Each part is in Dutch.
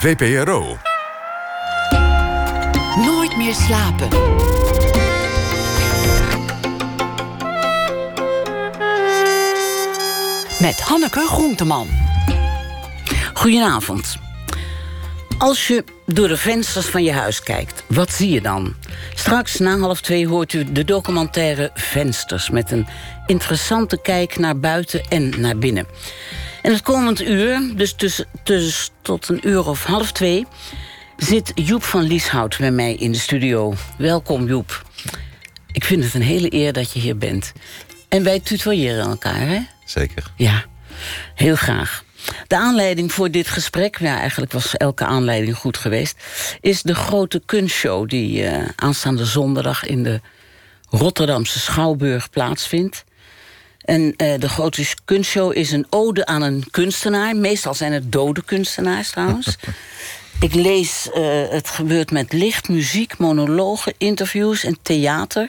VPRO. Nooit meer slapen. Met Hanneke Groenteman. Goedenavond. Als je door de vensters van je huis kijkt, wat zie je dan? Straks na 1:30 hoort u de documentaire Vensters, met een interessante kijk naar buiten en naar binnen. En het komend uur, dus tot 1:00 zit Joep van Lieshout bij mij in de studio. Welkom, Joep. Ik vind het een hele eer dat je hier bent. En wij tutoyeren elkaar, hè? Zeker. Ja, heel graag. De aanleiding voor dit gesprek, ja, eigenlijk was elke aanleiding goed geweest, is de grote kunstshow die aanstaande zondag in de Rotterdamse Schouwburg plaatsvindt. En de grote kunstshow is een ode aan een kunstenaar. Meestal zijn het dode kunstenaars trouwens. Ik lees, het gebeurt met licht, muziek, monologen, interviews en theater.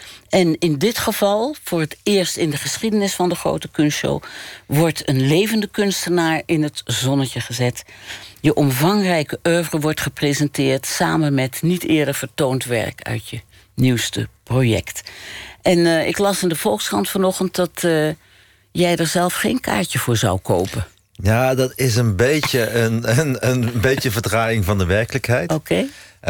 En in dit geval, voor het eerst in de geschiedenis van de grote kunstshow, wordt een levende kunstenaar in het zonnetje gezet. Je omvangrijke oeuvre wordt gepresenteerd samen met niet eerder vertoond werk uit je nieuwste project. En ik las in de Volkskrant vanochtend dat jij er zelf geen kaartje voor zou kopen. Ja, dat is een beetje een beetje verdraaiing van de werkelijkheid. Oké.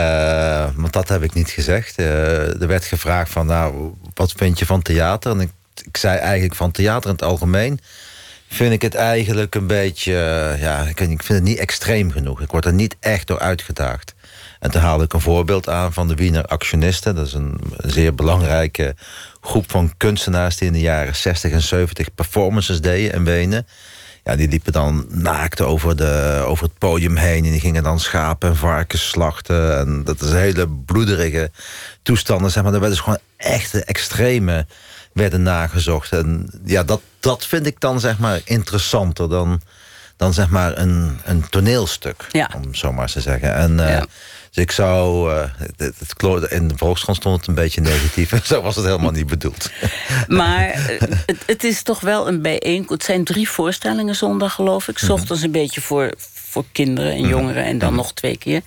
Want dat heb ik niet gezegd. Er werd gevraagd van, nou, wat vind je van theater? En ik zei eigenlijk van theater in het algemeen vind ik het eigenlijk een beetje, ik vind het niet extreem genoeg. Ik word er niet echt door uitgedaagd. En toen haalde ik een voorbeeld aan van de Wiener Actionisten. Dat is een zeer belangrijke groep van kunstenaars die in de jaren 60 en 70 performances deden in Wenen. Ja, die liepen dan naakt over het podium heen en die gingen dan schapen en varkens slachten. En dat is hele bloederige toestanden, zeg maar. Daar werden dus gewoon echte extreme werden nagezocht. En ja, dat vind ik dan, zeg maar, interessanter dan zeg maar een toneelstuk, ja, om zo maar te zeggen. En dus ik zou, in de Volkskrant stond het een beetje negatief. Zo was het helemaal niet bedoeld. Maar het is toch wel een bijeenkomst. Het zijn 3 voorstellingen zondag, geloof ik. 's Ochtends een beetje voor kinderen en jongeren en dan nog 2 keer.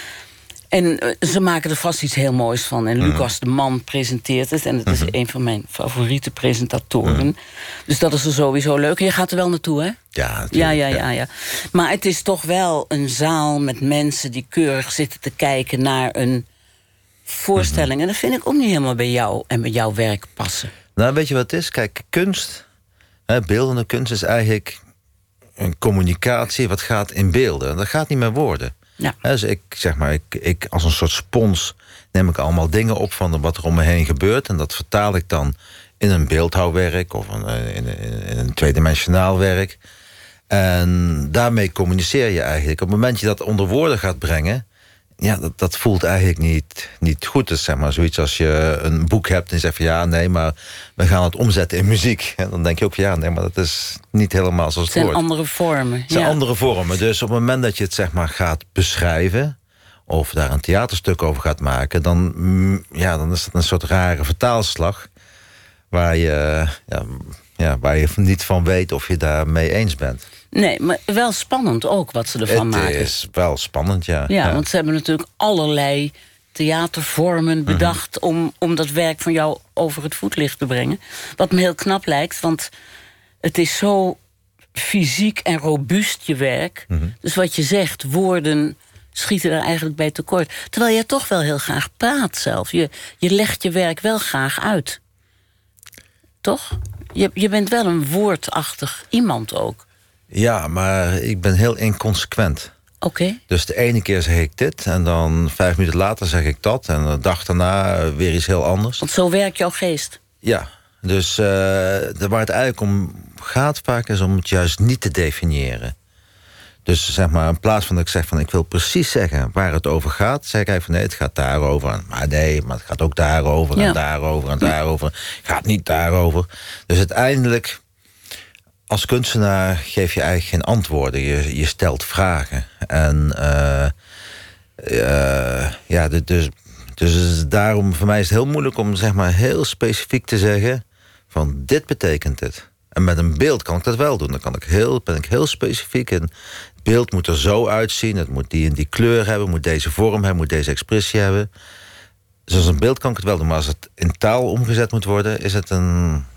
En ze maken er vast iets heel moois van. En Lucas de Man presenteert het. En het is een van mijn favoriete presentatoren. Dus dat is er sowieso leuk. En je gaat er wel naartoe, hè? Ja, ja. Maar het is toch wel een zaal met mensen die keurig zitten te kijken naar een voorstelling. En dat vind ik ook niet helemaal bij jou en bij jouw werk passen. Nou, weet je wat het is? Kijk, kunst, beeldende kunst is eigenlijk een communicatie wat gaat in beelden. En dat gaat niet met woorden. Ja. Dus ik als een soort spons neem ik allemaal dingen op van wat er om me heen gebeurt. En dat vertaal ik dan in een beeldhouwwerk of in een tweedimensionaal werk. En daarmee communiceer je eigenlijk. Op het moment dat je dat onder woorden gaat brengen, ja, dat voelt eigenlijk niet goed. Dus zeg maar zoiets als je een boek hebt en je zegt van ja, nee, maar we gaan het omzetten in muziek. En dan denk je ook van ja, nee, maar dat is niet helemaal zoals het wordt. Het zijn andere vormen. Het zijn andere vormen. Dus op het moment dat je het, zeg maar, gaat beschrijven of daar een theaterstuk over gaat maken, dan is het een soort rare vertaalslag waar je niet van weet of je daarmee eens bent. Nee, maar wel spannend ook wat ze ervan maken. Het is wel spannend, ja. Ja, want ze hebben natuurlijk allerlei theatervormen bedacht om dat werk van jou over het voetlicht te brengen. Wat me heel knap lijkt, want het is zo fysiek en robuust, je werk. Dus wat je zegt, woorden schieten er eigenlijk bij tekort. Terwijl jij toch wel heel graag praat zelf. Je legt je werk wel graag uit. Toch? Je bent wel een woordachtig iemand ook. Ja, maar ik ben heel inconsequent. Oké. Dus de ene keer zeg ik dit en dan 5 minuten later zeg ik dat. En de dag daarna weer iets heel anders. Want zo werkt jouw geest. Ja, dus waar het eigenlijk om gaat vaak is om het juist niet te definiëren. Dus zeg maar, in plaats van dat ik zeg van ik wil precies zeggen waar het over gaat, zeg ik eigenlijk van nee, het gaat daarover. Maar nee, maar het gaat ook daarover en daarover en daarover. Het gaat niet daarover. Dus uiteindelijk, als kunstenaar geef je eigenlijk geen antwoorden. Je stelt vragen. En dus daarom voor mij is het heel moeilijk om, zeg maar, heel specifiek te zeggen van dit betekent het. En met een beeld kan ik dat wel doen. Dan ben ik heel specifiek in. Het beeld moet er zo uitzien. Het moet die en die kleur hebben. Moet deze vorm hebben. Moet deze expressie hebben. Dus als een beeld kan ik het wel doen. Maar als het in taal omgezet moet worden, is het een...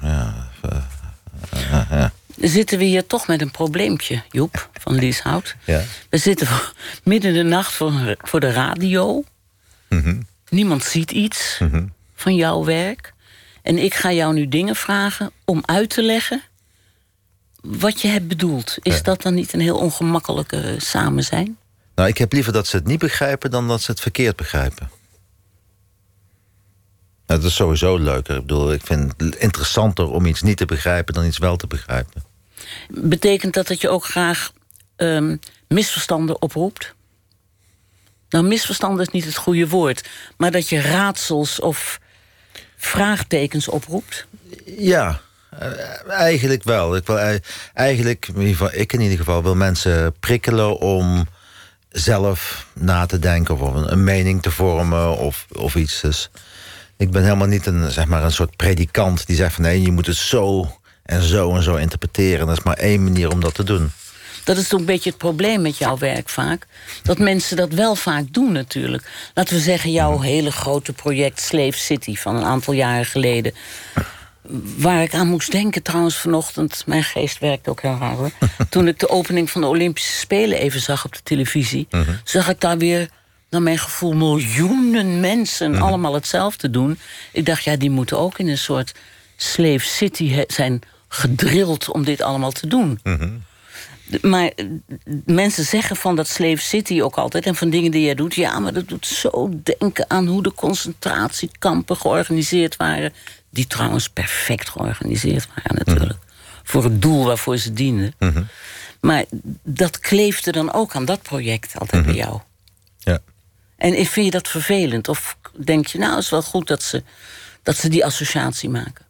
Zitten we hier toch met een probleempje, Joep, van Lieshout. Ja. We zitten midden in de nacht voor de radio. Mm-hmm. Niemand ziet iets van jouw werk. En ik ga jou nu dingen vragen om uit te leggen wat je hebt bedoeld. Is dat dan niet een heel ongemakkelijke samenzijn? Nou, ik heb liever dat ze het niet begrijpen dan dat ze het verkeerd begrijpen. Nou, dat is sowieso leuker. Ik bedoel, ik vind het interessanter om iets niet te begrijpen dan iets wel te begrijpen. Betekent dat je ook graag misverstanden oproept? Nou, misverstanden is niet het goede woord. Maar dat je raadsels of vraagtekens oproept? Ja, eigenlijk wel. Ik in ieder geval wil mensen prikkelen om zelf na te denken of een mening te vormen of iets. Dus ik ben helemaal niet een soort predikant die zegt van nee, je moet het zo en zo en zo interpreteren. Dat is maar één manier om dat te doen. Dat is toch een beetje het probleem met jouw werk vaak. Dat mensen dat wel vaak doen natuurlijk. Laten we zeggen, jouw hele grote project Slave City van een aantal jaren geleden. Waar ik aan moest denken trouwens vanochtend. Mijn geest werkt ook heel raar hoor. Toen ik de opening van de Olympische Spelen even zag op de televisie. Zag ik daar weer, naar mijn gevoel, miljoenen mensen allemaal hetzelfde doen. Ik dacht, ja, die moeten ook in een soort Slave City zijn gedrild om dit allemaal te doen. Maar mensen zeggen van dat Slave City ook altijd en van dingen die jij doet, ja, maar dat doet zo denken aan hoe de concentratiekampen georganiseerd waren. Die trouwens perfect georganiseerd waren natuurlijk. Voor het doel waarvoor ze dienden. Maar dat kleefde dan ook aan dat project altijd bij jou. Ja. En vind je dat vervelend? Of denk je, nou, het is wel goed dat ze die associatie maken?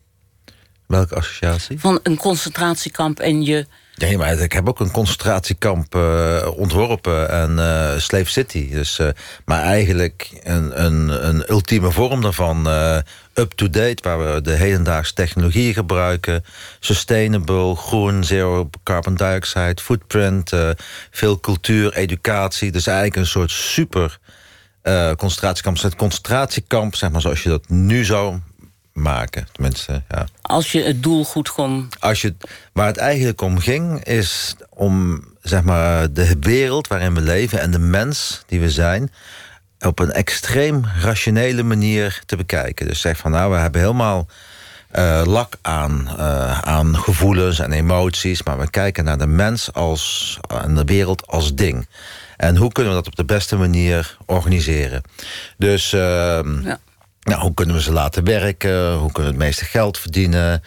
Welke associatie? Van een concentratiekamp en je... Nee, maar ik heb ook een concentratiekamp ontworpen en Slave City. Dus, maar eigenlijk een ultieme vorm daarvan. Up-to-date, waar we de hedendaagse technologieën gebruiken. Sustainable, groen, zero carbon dioxide, footprint. Veel cultuur, educatie. Dus eigenlijk een soort super concentratiekamp. Het concentratiekamp, zeg maar, zoals je dat nu zou maken. Tenminste, ja. Als je het doel goed kon... Waar het eigenlijk om ging, is om zeg maar, de wereld waarin we leven en de mens die we zijn op een extreem rationele manier te bekijken. Dus zeg van, nou, we hebben helemaal lak aan gevoelens en emoties, maar we kijken naar de mens en de wereld als ding. En hoe kunnen we dat op de beste manier organiseren? Dus... ja. Nou, hoe kunnen we ze laten werken? Hoe kunnen we het meeste geld verdienen?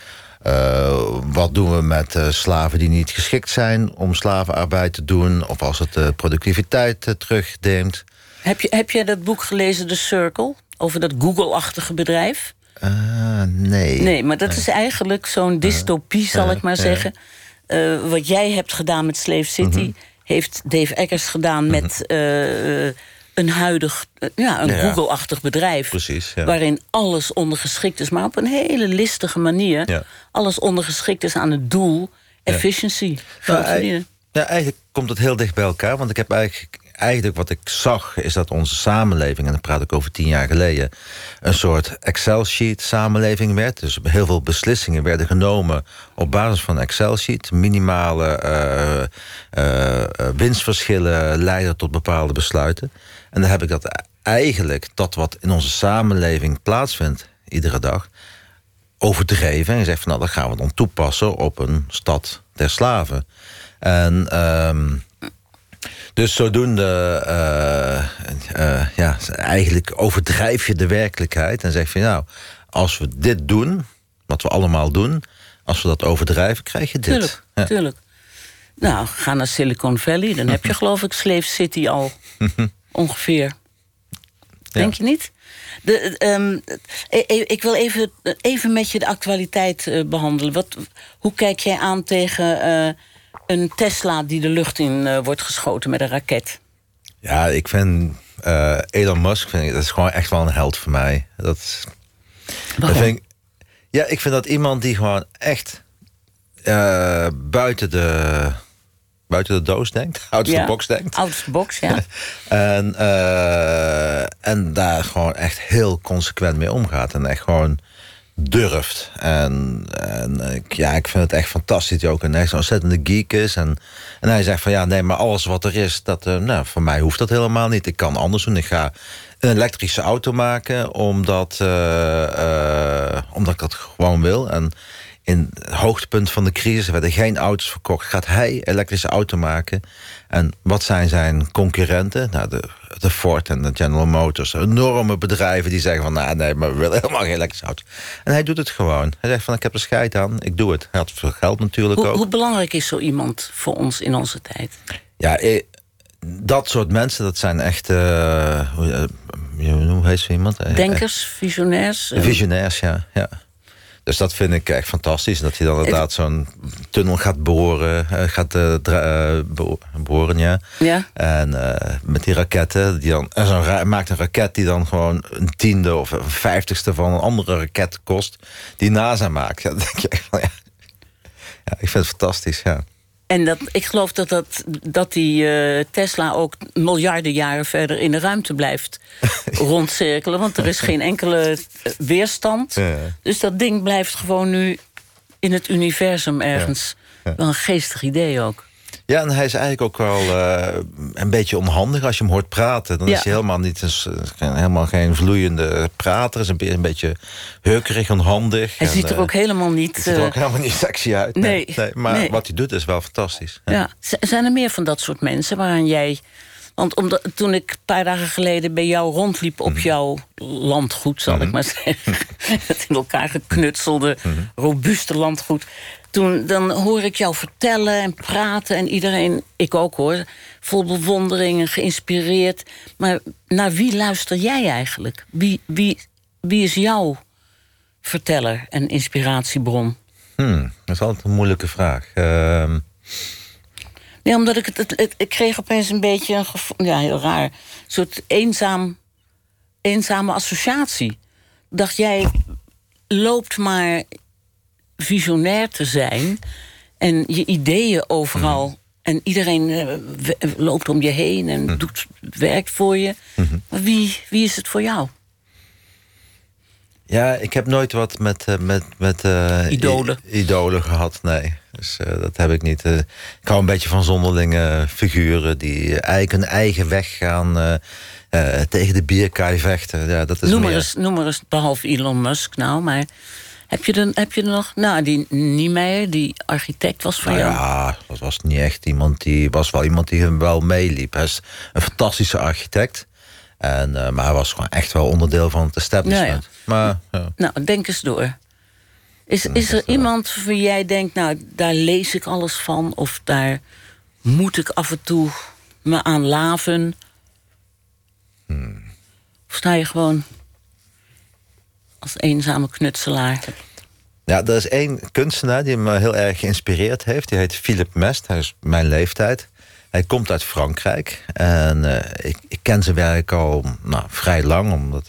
Wat doen we met slaven die niet geschikt zijn om slavenarbeid te doen? Of als het de productiviteit terugneemt? Heb jij dat boek gelezen, The Circle? Over dat Google-achtige bedrijf? Nee. Nee, maar dat is eigenlijk zo'n dystopie, zal ik maar zeggen. Wat jij hebt gedaan met Slave City... heeft Dave Eggers gedaan met... een huidig, Google-achtig bedrijf. Precies, ja. Waarin alles ondergeschikt is, maar op een hele listige manier. Ja. Alles ondergeschikt is aan het doel, efficiency, geld verdienen. Ja, eigenlijk komt het heel dicht bij elkaar. Want ik heb eigenlijk wat ik zag, is dat onze samenleving, en dan praat ik over 10 jaar geleden, een soort Excel-sheet samenleving werd. Dus heel veel beslissingen werden genomen op basis van Excel-sheet. Minimale winstverschillen leiden tot bepaalde besluiten. En dan heb ik dat wat in onze samenleving plaatsvindt, iedere dag, overdreven. En je zegt van, nou, dat gaan we dan toepassen op een stad der slaven. En dus zodoende eigenlijk overdrijf je de werkelijkheid en zeg je, nou, als we dit doen, wat we allemaal doen, als we dat overdrijven, krijg je dit. Tuurlijk. Nou, ga naar Silicon Valley, dan heb je geloof ik Slave City al ongeveer. Denk je niet? Ik wil even met je de actualiteit behandelen. Hoe kijk jij aan tegen een Tesla die de lucht in wordt geschoten met een raket? Ja, ik vind Elon Musk, dat is gewoon echt wel een held voor mij. Waarom? Ik vind dat iemand die gewoon echt buiten de doos denkt. Out of the box denkt. Out of the box, ja. En daar gewoon echt heel consequent mee omgaat. En echt gewoon durft. Ik vind het echt fantastisch dat hij ook een echt ontzettende geek is. En hij zegt van nee, maar alles wat er is, voor mij hoeft dat helemaal niet. Ik kan anders doen. Ik ga een elektrische auto maken, omdat ik dat gewoon wil. En in het hoogtepunt van de crisis werden geen auto's verkocht. Gaat hij elektrische auto maken? En wat zijn zijn concurrenten? Nou, de Ford en de General Motors. Enorme bedrijven die zeggen van nee, maar we willen helemaal geen elektrische auto. En hij doet het gewoon. Hij zegt van ik heb er scheid aan, ik doe het. Hij had veel geld natuurlijk ook. Hoe belangrijk is zo iemand voor ons in onze tijd? Ja, dat soort mensen, dat zijn echt... hoe heet zo iemand? Denkers, visionairs? Visionairs, ja. Dus dat vind ik echt fantastisch. Dat hij dan inderdaad zo'n tunnel gaat boren. Ja. En met die raketten. Maakt een raket die dan gewoon een 10e of een 50ste van een andere raket kost. Die NASA maakt. Ja, dan denk je echt van ja, ik vind het fantastisch, ja. En ik geloof dat die Tesla ook miljarden jaren verder in de ruimte blijft rondcirkelen. Want er is geen enkele weerstand. Ja. Dus dat ding blijft gewoon nu in het universum ergens. Ja. Wel een geestig idee ook. Ja, en hij is eigenlijk ook wel een beetje onhandig als je hem hoort praten. Dan is hij helemaal geen vloeiende prater. Is een beetje hurkerig, onhandig. Hij ziet er ook helemaal niet... Hij ziet er ook helemaal niet sexy uit. Nee. Maar wat hij doet is wel fantastisch. Ja. Zijn er meer van dat soort mensen waaraan jij... Want toen ik een paar dagen geleden bij jou rondliep op jouw landgoed, zal ik maar zeggen. Het in elkaar geknutselde, robuuste landgoed. Dan hoor ik jou vertellen en praten en iedereen, ik ook hoor, vol bewondering en geïnspireerd. Maar naar wie luister jij eigenlijk? Wie is jouw verteller en inspiratiebron? Dat is altijd een moeilijke vraag. Nee, omdat ik kreeg opeens een beetje een gevoel, heel raar, een soort eenzame associatie. Ik dacht, jij loopt maar visionair te zijn en je ideeën overal en iedereen loopt om je heen en werkt voor je. Maar wie is het voor jou? Ja, ik heb nooit wat met idolen gehad, nee. Dus dat heb ik niet. Ik hou een beetje van zonderlinge figuren die eigenlijk een eigen weg gaan, tegen de bierkaai vechten. Ja, dat is noem maar eens, behalve Elon Musk nou, maar heb je er nog? Nou, die Niemeyer, die architect was van jou. Ja, dat was niet echt iemand die hem wel meeliep. Hij is een fantastische architect. Maar hij was gewoon echt wel onderdeel van het establishment. Ja. Nou, denk eens door. Is er iemand wie jij denkt, nou, daar lees ik alles van, of daar moet ik af en toe me aan laven? Of sta je gewoon als eenzame knutselaar? Ja, er is één kunstenaar die me heel erg geïnspireerd heeft. Die heet Philip Mest, hij is mijn leeftijd. Hij komt uit Frankrijk. En ik ken zijn werk al vrij lang. Omdat,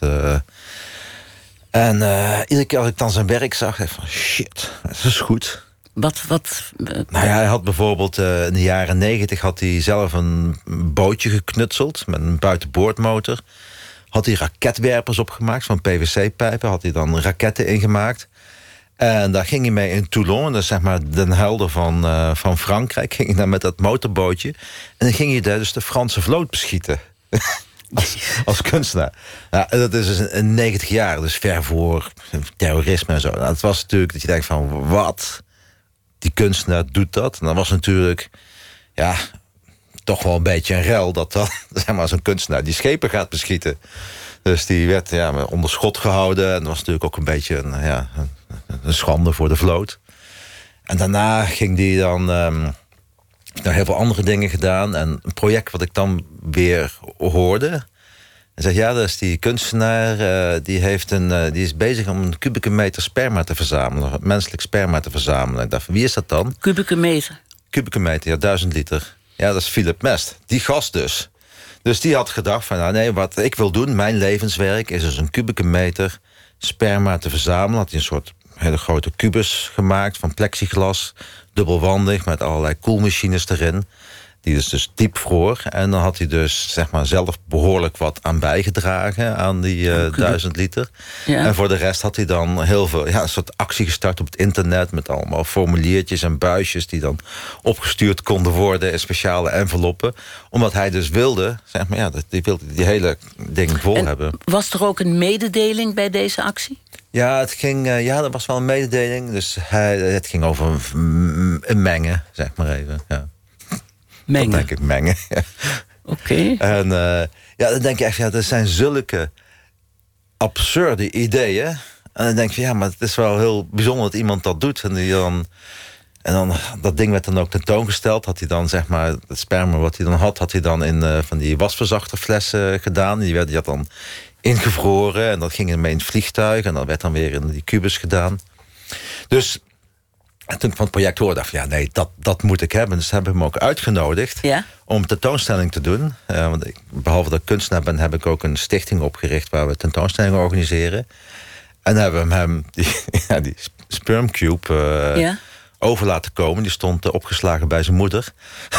iedere keer als ik dan zijn werk zag, dacht ik van shit, dat is goed. Wat? Nou ja, hij had bijvoorbeeld in de jaren 90 had hij zelf een bootje geknutseld met een buitenboordmotor. Had hij raketwerpers opgemaakt van PVC-pijpen. Had hij dan raketten ingemaakt. En daar ging hij mee in Toulon, dat is zeg maar Den Helder van Frankrijk. Ging hij daar met dat motorbootje. En dan ging hij daar dus de Franse vloot beschieten. als kunstenaar. Nou, dat is dus in 90 jaar, dus ver voor terrorisme en zo. Nou, het was natuurlijk dat je denkt van, wat? Die kunstenaar doet dat. En dan was natuurlijk, toch wel een beetje een rel dat dan, zeg maar, zo'n kunstenaar die schepen gaat beschieten. Dus die werd onder schot gehouden. En dat was natuurlijk ook een beetje een schande voor de vloot. En daarna ging die dan heel veel andere dingen gedaan. En een project wat ik dan weer hoorde. En zei, dat is die kunstenaar, die is bezig om een kubieke meter sperma te verzamelen. Menselijk sperma te verzamelen. Ik dacht, wie is dat dan? Kubieke meter? Kubieke meter, 1000 liter. Ja, dat is Philip Mest. Die gast dus. Dus die had gedacht van, nee, wat ik wil doen, mijn levenswerk is dus een kubieke meter sperma te verzamelen. Had hij een soort hele grote kubus gemaakt van plexiglas, dubbelwandig met allerlei koelmachines erin. Die is dus diep vroor. En dan had hij dus zeg maar zelf behoorlijk wat aan bijgedragen aan die 1000 liter. Ja. En voor de rest had hij dan heel veel, een soort actie gestart op het internet met allemaal formuliertjes en buisjes die dan opgestuurd konden worden in speciale enveloppen. Omdat hij dus wilde, zeg maar, die wilde die hele ding vol hebben. Was er ook een mededeling bij deze actie? Ja, er was wel een mededeling. Dus het ging over een mengen, zeg maar even. Ja. Mengen? Dat denk ik, mengen. Oké. En dan denk je echt, er zijn zulke absurde ideeën. En dan denk je, maar het is wel heel bijzonder dat iemand dat doet. En dan dat ding werd dan ook tentoongesteld. Had hij dan, zeg maar, het sperma wat hij dan had hij dan in van die wasverzachterflessen gedaan. Die had dan ingevroren en dat ging mee in het vliegtuig. En dat werd dan weer in die kubus gedaan. Dus en toen ik van het project hoorde, dacht ik, dat moet ik hebben. Dus hebben we hem ook uitgenodigd om een tentoonstelling te doen. Want behalve dat ik kunstenaar ben, heb ik ook een stichting opgericht waar we tentoonstellingen organiseren. En hebben we hem die spermcube over laten komen. Die stond opgeslagen bij zijn moeder.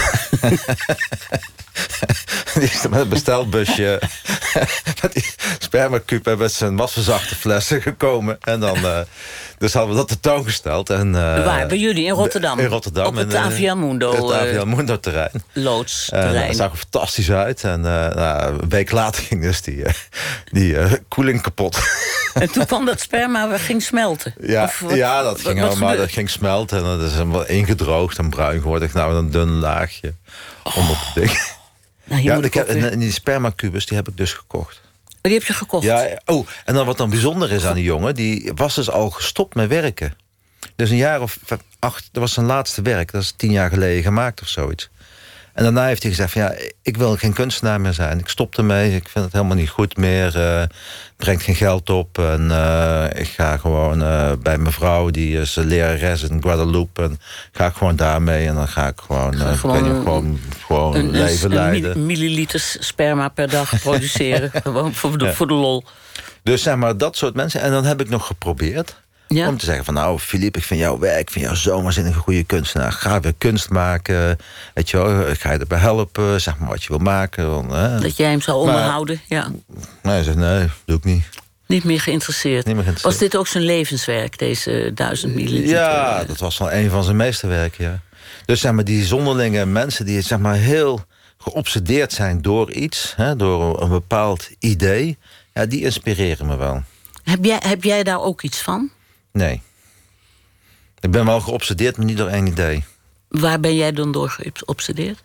Die is met een bestelbusje met die spermacube en met zijn wasverzachte flessen gekomen. En dan dus hadden we dat tentoongesteld. Waar? Bij jullie in Rotterdam? In Rotterdam. Op het Avia Mundo. Het Avia Mundo terrein. Loodsterrein. Dat zag er fantastisch uit. En een week later ging dus die koeling kapot. En toen kwam dat sperma ging smelten? Dat ging smelten. En dat is helemaal ingedroogd en bruin geworden. Nou, een dun laagje onder het ding. En die spermacubus, die heb ik dus gekocht. Die heb je gekocht? Ja, en dan wat dan bijzonder is aan die jongen, die was dus al gestopt met werken. Dus een jaar of 8, dat was zijn laatste werk. Dat is 10 jaar geleden gemaakt of zoiets. En daarna heeft hij gezegd van ik wil geen kunstenaar meer zijn. Ik stop ermee, ik vind het helemaal niet goed meer. Brengt geen geld op. En ik ga gewoon bij mijn vrouw, die is lerares in Guadeloupe. En ga ik gewoon daarmee en dan ga ik gewoon een leven leiden. Milliliters sperma per dag produceren. Gewoon voor de lol. Dus zeg maar, dat soort mensen. En dan heb ik nog geprobeerd om te zeggen van Philippe, ik vind jouw werk, ik vind jou zo waanzinnig een goede kunstenaar. Ga weer kunst maken. Weet je wel, ik ga je erbij helpen. Zeg maar wat je wil maken. Dat jij hem zou onderhouden, Nee, hij zegt nee, doe ik niet. Niet meer geïnteresseerd. Was dit ook zijn levenswerk, deze 1000 milliliter? Ja, dat was wel een van zijn meesterwerken, ja. Dus zeg maar, die zonderlinge mensen die zeg maar heel geobsedeerd zijn door iets, door een bepaald idee, die inspireren me wel. Heb jij daar ook iets van? Nee. Ik ben wel geobsedeerd, maar niet door één idee. Waar ben jij dan door geobsedeerd?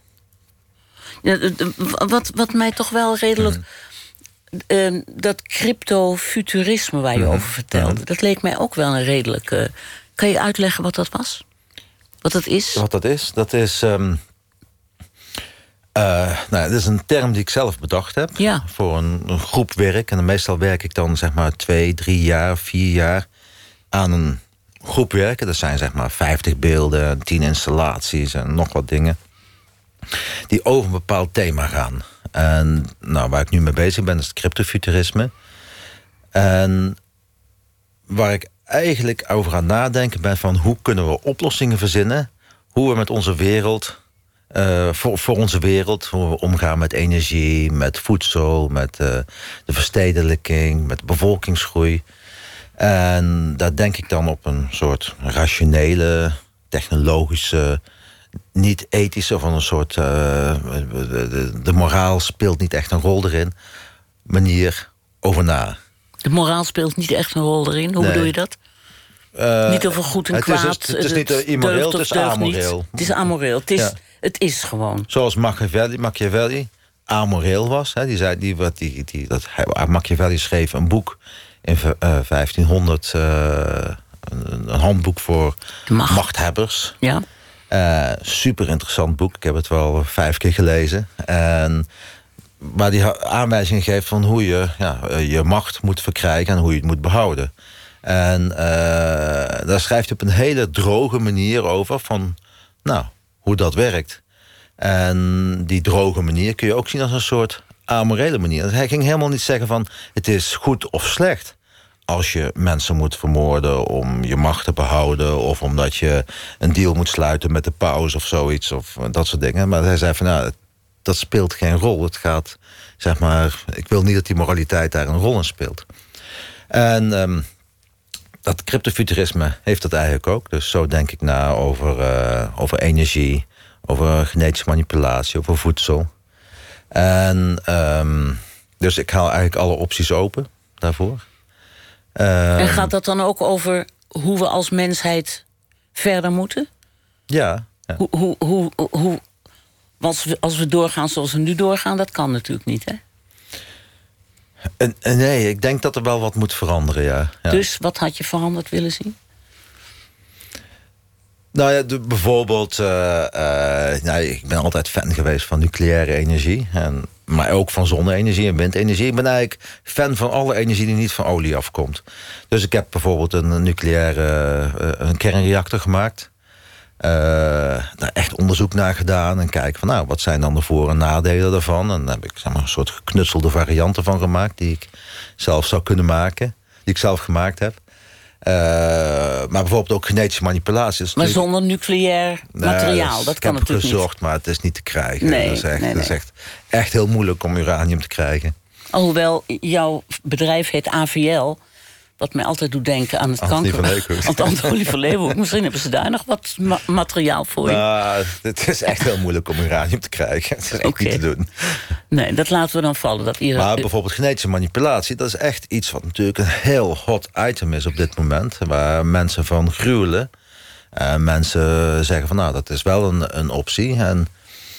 Wat mij toch wel redelijk... dat cryptofuturisme waar je over vertelde, dat leek mij ook wel een redelijke... Kan je uitleggen wat dat was? Wat dat is? Wat dat is? Dat is... dat is een term die ik zelf bedacht heb. Voor een groep werk. En meestal werk ik dan zeg maar 2, 3 jaar, 4 jaar... aan een groep werken. Dat zijn zeg maar 50 beelden, 10 installaties en nog wat dingen. Die over een bepaald thema gaan. En waar ik nu mee bezig ben, is het cryptofuturisme. En waar ik eigenlijk over aan nadenken ben van hoe kunnen we oplossingen verzinnen, hoe we met onze wereld, voor onze wereld, hoe we omgaan met energie, met voedsel, met de verstedelijking, met de bevolkingsgroei. En daar denk ik dan op een soort rationele, technologische, niet ethische, of een soort de moraal speelt niet echt een rol erin, manier over na. De moraal speelt niet echt een rol erin? Hoe bedoel je dat? Niet over goed en kwaad. Het is niet immoreel, het is amoreel. Het is amoreel, het is gewoon. Zoals Machiavelli amoreel was. Machiavelli schreef een boek in 1500, een handboek voor machthebbers. Ja. Super interessant boek. Ik heb het wel 5 keer gelezen. Waar die aanwijzingen geeft van hoe je je macht moet verkrijgen en hoe je het moet behouden. En daar schrijft hij op een hele droge manier over van hoe dat werkt. En die droge manier kun je ook zien als een soort amorele manier. Hij ging helemaal niet zeggen van het is goed of slecht. als je mensen moet vermoorden om je macht te behouden, of omdat je een deal moet sluiten met de paus of zoiets, of dat soort dingen. Maar hij zei van, nou, dat speelt geen rol. Het gaat, zeg maar, ik wil niet dat die moraliteit daar een rol in speelt. En dat cryptofuturisme heeft dat eigenlijk ook. Dus zo denk ik na over energie, over genetische manipulatie, over voedsel. En dus ik haal eigenlijk alle opties open daarvoor. En gaat dat dan ook over hoe we als mensheid verder moeten? Ja. Als we doorgaan zoals we nu doorgaan, dat kan natuurlijk niet, hè? Nee, ik denk dat er wel wat moet veranderen, ja. Dus wat had je veranderd willen zien? Nou ja, bijvoorbeeld, ik ben altijd fan geweest van nucleaire energie. Maar ook van zonne-energie en windenergie. Ik ben eigenlijk fan van alle energie die niet van olie afkomt. Dus ik heb bijvoorbeeld een kernreactor gemaakt. Daar echt onderzoek naar gedaan. En kijken van, nou, wat zijn dan de voor- en nadelen daarvan. En daar heb ik, zeg maar, een soort geknutselde varianten van gemaakt. Die ik zelf zou kunnen maken. Die ik zelf gemaakt heb. Maar bijvoorbeeld ook genetische manipulaties. Maar zonder nucleair materiaal, dat kan natuurlijk niet. Ik heb gezocht, maar het is niet te krijgen. Nee, dat is echt heel moeilijk om uranium te krijgen. Alhoewel, jouw bedrijf heet AVL... wat mij altijd doet denken aan het kanker. Antonie van Leeuwenhoek. Misschien hebben ze daar nog wat materiaal voor je. Nou, het is echt heel moeilijk om uranium te krijgen. Het is echt niet te doen. Nee, dat laten we dan vallen. Maar bijvoorbeeld genetische manipulatie... dat is echt iets wat natuurlijk een heel hot item is op dit moment. Waar mensen van gruwelen. Mensen zeggen van, nou, dat is wel een optie. En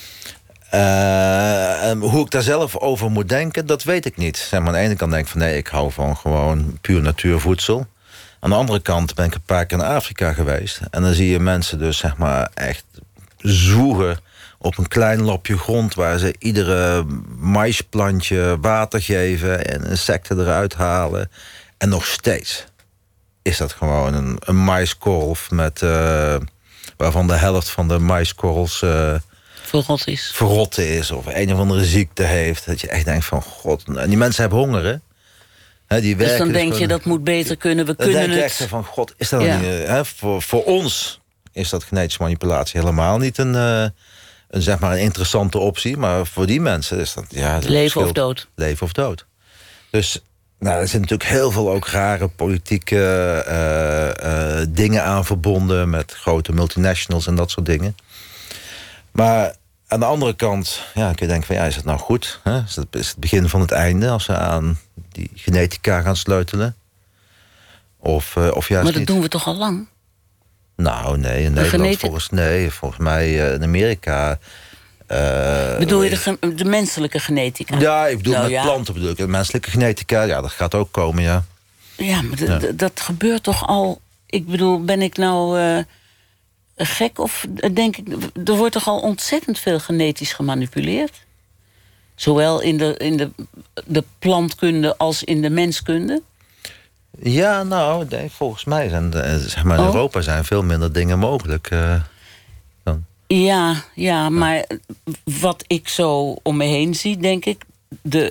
hoe ik daar zelf over moet denken, dat weet ik niet. Zeg maar, aan de ene kant denk ik van, nee, ik hou van gewoon puur natuurvoedsel. Aan de andere kant ben ik een paar keer in Afrika geweest. En dan zie je mensen dus, zeg maar, echt zwoegen op een klein lapje grond... waar ze iedere maisplantje water geven en insecten eruit halen. En nog steeds is dat gewoon een maiskorf met waarvan de helft van de maiskorrels verrot is of een of andere ziekte heeft. Dat je echt denkt van, god, en die mensen hebben honger, hè? Die dus werken dan denk je, dat moet beter kunnen, we kunnen het... Dan denk je echt van, god, is dat niet... Voor ons is dat genetische manipulatie helemaal niet een zeg maar een interessante optie. Maar voor die mensen is dat... leven of dood. Leven of dood. Dus nou, er zitten natuurlijk heel veel ook rare politieke dingen aan verbonden... met grote multinationals en dat soort dingen. Maar aan de andere kant kun je denken van, is het nou goed? Hè? Is het begin van het einde als we aan die genetica gaan sleutelen? Of juist maar dat niet? doen we toch al lang? Nou, nee, in Nederland volgens mij in Amerika... bedoel je de menselijke genetica? Ja, ik bedoel planten bedoel ik. De menselijke genetica, dat gaat ook komen, ja. Ja, maar dat gebeurt toch al... Ik bedoel, ben ik nou... gek of denk ik... Er wordt toch al ontzettend veel genetisch gemanipuleerd? Zowel in de plantkunde als in de menskunde? Ja, nou, nee, volgens mij zijn zeg maar in Europa zijn veel minder dingen mogelijk dan. Ja, maar wat ik zo om me heen zie, denk ik... De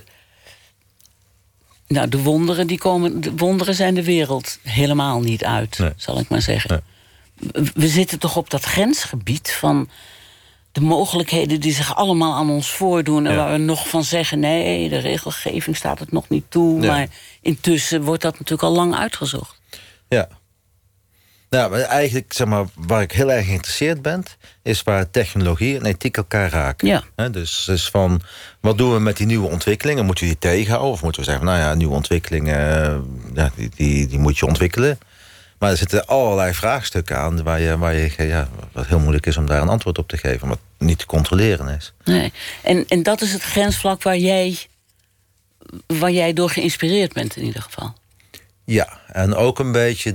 wonderen die komen... De wonderen zijn de wereld helemaal niet uit, zal ik maar zeggen. Nee. We zitten toch op dat grensgebied van de mogelijkheden die zich allemaal aan ons voordoen... en waar we nog van zeggen, nee, de regelgeving staat het nog niet toe. Ja. Maar intussen wordt dat natuurlijk al lang uitgezocht. Ja. Nou, maar eigenlijk, zeg maar, waar ik heel erg geïnteresseerd ben... is waar technologie en ethiek elkaar raken. Ja. Dus van, wat doen we met die nieuwe ontwikkelingen? Moeten we die tegenhouden? Of moeten we zeggen, nou ja, nieuwe ontwikkelingen... die moet je ontwikkelen... Maar er zitten allerlei vraagstukken aan wat heel moeilijk is om daar een antwoord op te geven, wat niet te controleren is. Nee. En dat is het grensvlak waar jij door geïnspireerd bent in ieder geval. Ja, en ook een beetje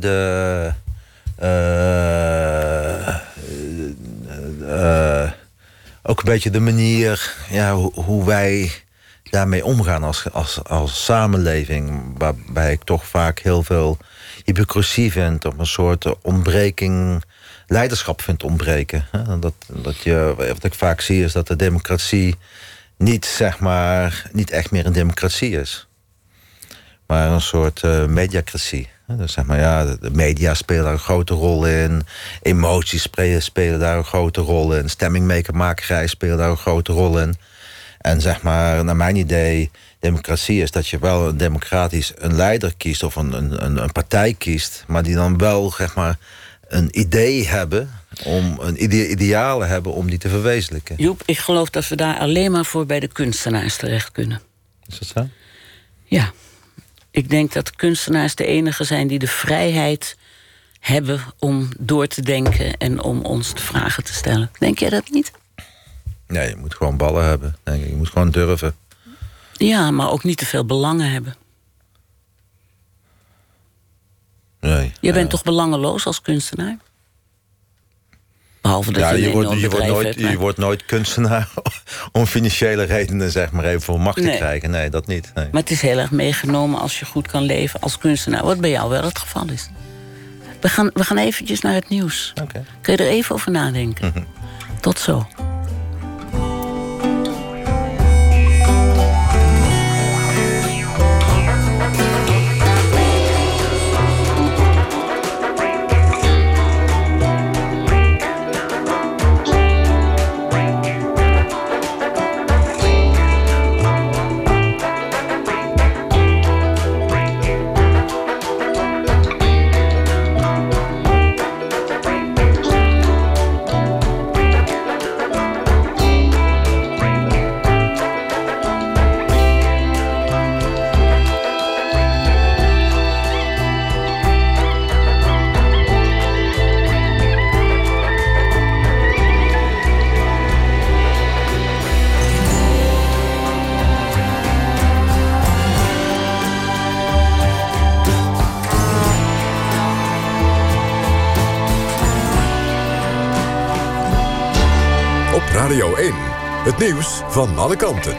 de manier hoe wij daarmee omgaan als samenleving, waarbij ik toch vaak heel veel hypocrisie vindt, of een soort ontbreking, leiderschap vindt ontbreken. Wat ik vaak zie is dat de democratie niet echt meer een democratie is. maar een soort mediacratie. Dus zeg maar, ja, de media spelen daar een grote rol in. Emoties spelen daar een grote rol in. Stemmingmakerij spelen daar een grote rol in. En zeg maar, naar mijn idee, democratie is dat je wel een leider kiest of een partij kiest, maar die dan wel, zeg maar, een idee hebben, idealen hebben om die te verwezenlijken. Joep, ik geloof dat we daar alleen maar voor bij de kunstenaars terecht kunnen. Is dat zo? Ja. Ik denk dat kunstenaars de enigen zijn die de vrijheid hebben om door te denken en om ons de vragen te stellen. Denk jij dat niet? Nee, je moet gewoon ballen hebben. Denk ik. Je moet gewoon durven. Ja, maar ook niet te veel belangen hebben. Nee. Je bent toch belangeloos als kunstenaar? Behalve dat je wordt nooit kunstenaar om financiële redenen, zeg maar, even voor macht te krijgen. Nee, dat niet. Nee. Maar het is heel erg meegenomen als je goed kan leven als kunstenaar. Wat bij jou wel het geval is. We gaan eventjes naar het nieuws. Okay. Kun je er even over nadenken? Tot zo. Radio 1, het nieuws van alle kanten.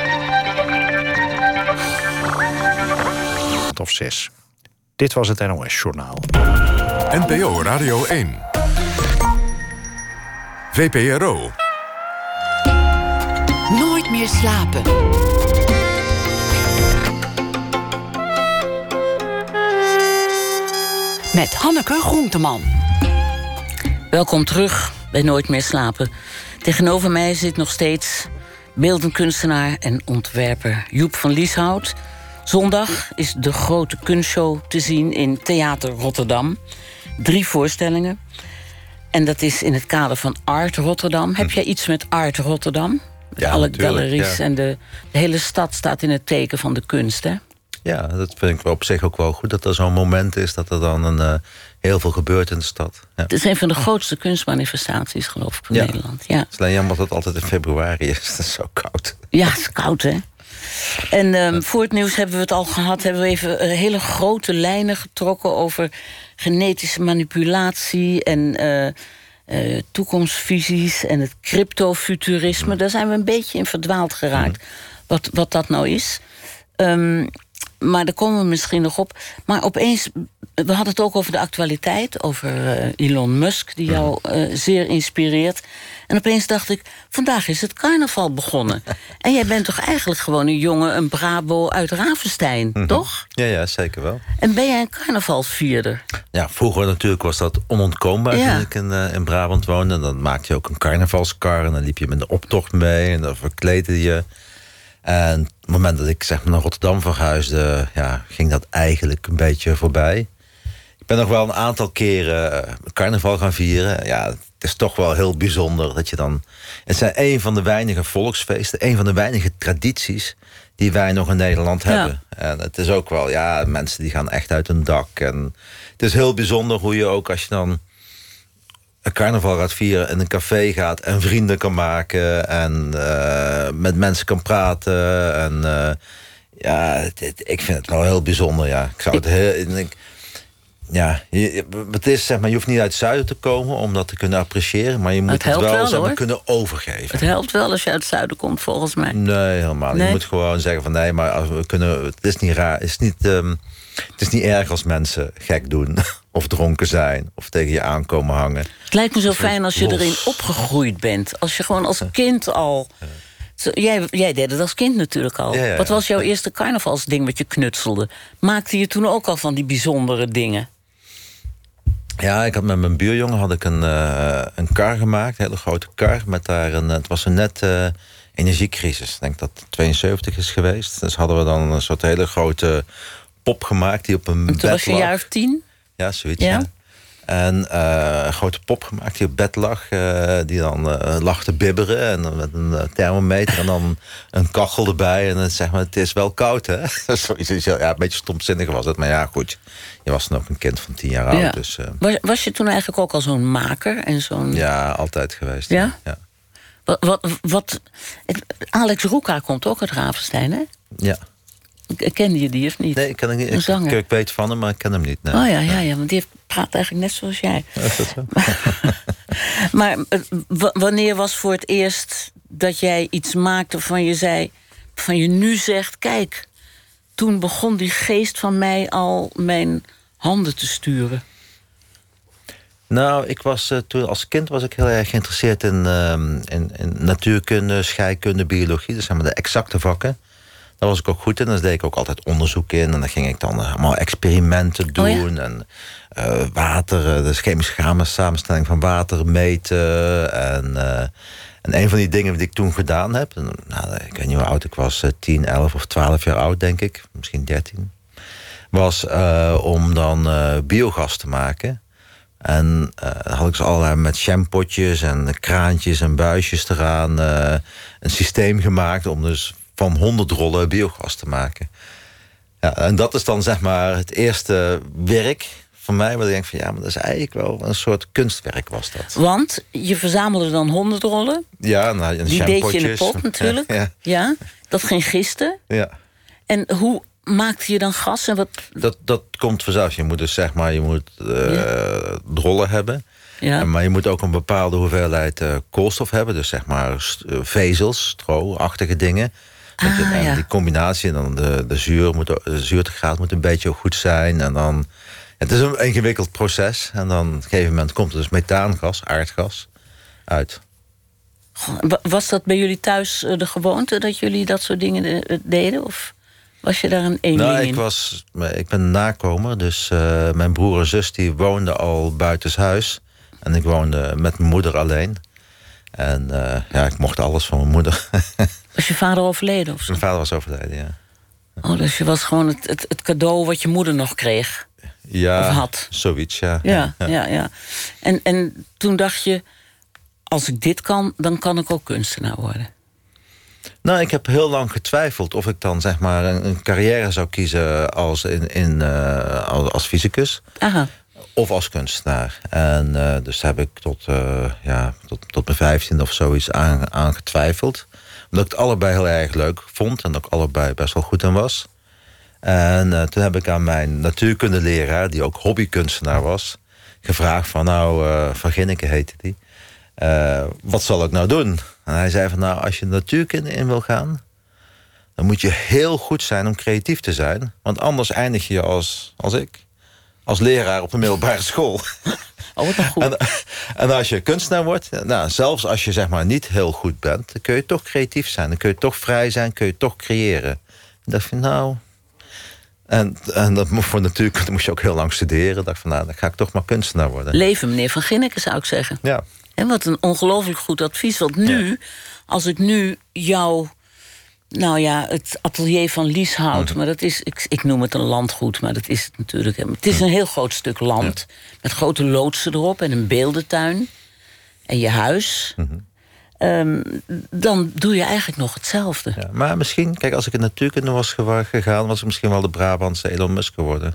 Of 6. Dit was het NOS-journaal. NPO Radio 1. VPRO. Nooit meer slapen. Met Hanneke Groenteman. Welkom terug bij Nooit meer slapen. Tegenover mij zit nog steeds beeldend kunstenaar en ontwerper Joep van Lieshout. Zondag is de grote kunstshow te zien in Theater Rotterdam. 3 voorstellingen. En dat is in het kader van Art Rotterdam. Heb jij iets met Art Rotterdam? Ja, alle natuurlijk, galeries ja. en de hele stad staat in het teken van de kunst, hè? Ja, dat vind ik op zich ook wel goed. Dat er zo'n moment is dat er dan heel veel gebeurt in de stad. Ja. Het is een van de grootste kunstmanifestaties, geloof ik, van Nederland. Ja. Het is alleen jammer dat het altijd in februari is. Dat is zo koud. Ja, het is koud, hè? En voor het nieuws hebben we het al gehad. Hebben we even hele grote lijnen getrokken over genetische manipulatie en toekomstvisies en het cryptofuturisme. Daar zijn we een beetje in verdwaald geraakt. Wat dat nou is. Maar daar komen we misschien nog op. Maar opeens, we hadden het ook over de actualiteit. Over Elon Musk, die jou zeer inspireert. En opeens dacht ik, vandaag is het carnaval begonnen. En jij bent toch eigenlijk gewoon een jongen, een Brabo uit Ravenstein, toch? Ja, zeker wel. En ben jij een carnavalsvierder? Ja, vroeger natuurlijk was dat onontkoombaar toen ik in Brabant woonde. En dan maakte je ook een carnavalskar en dan liep je met een optocht mee en dan verkleedde je. En op het moment dat ik zeg maar naar Rotterdam verhuisde, ging dat eigenlijk een beetje voorbij. Ik ben nog wel een aantal keren carnaval gaan vieren. Ja, het is toch wel heel bijzonder dat je dan... Het zijn een van de weinige volksfeesten, een van de weinige tradities die wij nog in Nederland hebben. En het is ook wel, mensen die gaan echt uit hun dak. En het is heel bijzonder hoe je ook als je dan een carnaval gaat vieren, in een café gaat en vrienden kan maken en met mensen kan praten. En ik vind het wel heel bijzonder. Ja, ik zou het heel. Het is zeg maar, je hoeft niet uit het zuiden te komen om dat te kunnen appreciëren, maar je moet het wel zeg maar, kunnen overgeven. Het helpt wel als je uit het zuiden komt, volgens mij. Nee, helemaal niet. Je moet gewoon zeggen van nee, maar als we kunnen. Het is niet raar. Het is niet erg als mensen gek doen of dronken zijn of tegen je aankomen hangen. Het lijkt me zo fijn als je erin opgegroeid bent. Als je gewoon als kind al Jij deed het als kind natuurlijk al. Ja. Wat was jouw eerste carnavalsding wat je knutselde? Maakte je toen ook al van die bijzondere dingen? Ja, ik had met mijn buurjongen een kar gemaakt. Een hele grote kar. Met daar het was een net energiecrisis. Ik denk dat het 72 is geweest. Dus hadden we dan een soort hele grote pop gemaakt die op een bed lag. Toen was je een jaar of 10? Ja, zoiets, ja. En een grote pop gemaakt die op bed lag. Die dan lag te bibberen. En dan met een thermometer en dan een kachel erbij. En dan zeg maar, het is wel koud, hè? Zoiets, ja, een beetje stomzinnig was het. Maar ja, goed. Je was dan ook een kind van 10 jaar oud. Ja. Dus, was je toen eigenlijk ook al zo'n maker? En zo'n... Ja, altijd geweest. Ja? Ja. Alex Roeka komt ook uit Ravenstein, hè? Ja. Kende je die of niet? Nee, ik ken hem niet. Een zanger. Ik weet van hem, maar ik ken hem niet. Nee. Oh ja, want die praat eigenlijk net zoals jij. Is dat zo? Maar wanneer was voor het eerst dat jij iets maakte waarvan je zei, van je nu zegt, kijk, toen begon die geest van mij al mijn handen te sturen? Nou, ik was toen als kind was ik heel erg geïnteresseerd in natuurkunde, scheikunde, biologie. Dat zijn maar de exacte vakken. Daar was ik ook goed in. Daar deed ik ook altijd onderzoek in. En dan ging ik dan allemaal experimenten doen. Oh ja? En water, de chemische samenstelling van water meten. En een van die dingen die ik toen gedaan heb... Nou, ik weet niet hoe oud ik was, 10, 11 of 12 jaar oud, denk ik. Misschien 13. Was om dan biogas te maken. En had ik ze allerlei met shampootjes en kraantjes en buisjes eraan... een systeem gemaakt om dus van 100 rollen biogas te maken. Ja, en dat is dan zeg maar het eerste werk van mij... waar ik denk van ja, maar dat is eigenlijk wel een soort kunstwerk was dat. Want je verzamelde dan 100 rollen. Ja, nou, en die deed je in de pot natuurlijk. Ja, dat ging gisten. Ja. En hoe maakte je dan gas? En wat... Dat komt vanzelf. Je moet dus zeg maar, rollen hebben. Ja. Maar je moet ook een bepaalde hoeveelheid koolstof hebben. Dus zeg maar vezels, stro-achtige dingen. En die combinatie, en dan de zuurtegraad moet een beetje goed zijn. En dan, het is een ingewikkeld proces. En dan op een gegeven moment komt er dus methaangas, aardgas, uit. Was dat bij jullie thuis de gewoonte dat jullie dat soort dingen deden? Of was je daar een eenling in? Ik ben een nakomer, dus mijn broer en zus die woonden al buitenshuis. En ik woonde met mijn moeder alleen. En ik mocht alles van mijn moeder. Was je vader overleden of zo? Mijn vader was overleden, ja. Oh, dus je was gewoon het cadeau wat je moeder nog kreeg? Ja, of had? Zoiets, ja. Ja. En toen dacht je, als ik dit kan, dan kan ik ook kunstenaar worden. Nou, ik heb heel lang getwijfeld of ik dan zeg maar een carrière zou kiezen als fysicus. Aha. Of als kunstenaar. En dus heb ik tot mijn 15e of zoiets aan getwijfeld. Omdat ik het allebei heel erg leuk vond. En dat ik allebei best wel goed in was. En toen heb ik aan mijn natuurkundeleraar, die ook hobbykunstenaar was, gevraagd van Van Ginneke heette die. Wat zal ik nou doen? En hij zei van als je natuurkunde in wil gaan, dan moet je heel goed zijn om creatief te zijn. Want anders eindig je als ik. Als leraar op een middelbare school. Oh, wat een goed. En als je kunstenaar wordt, zelfs als je zeg maar niet heel goed bent, dan kun je toch creatief zijn. Dan kun je toch vrij zijn, kun je toch creëren. Ik dacht van en dat voor natuurkunde moest je ook heel lang studeren. Ik dacht van dan ga ik toch maar kunstenaar worden. Leven, meneer Van Ginneke, zou ik zeggen. Ja. En wat een ongelooflijk goed advies. Want nu, als ik nu jou, het atelier van Lies houd, maar dat is, ik noem het een landgoed, maar dat is het natuurlijk. Het is een heel groot stuk land, met grote loodsen erop en een beeldentuin en je huis. Dan doe je eigenlijk nog hetzelfde. Ja, maar misschien, kijk, als ik in natuurkunde was gegaan, was ik misschien wel de Brabantse Elon Musk geworden.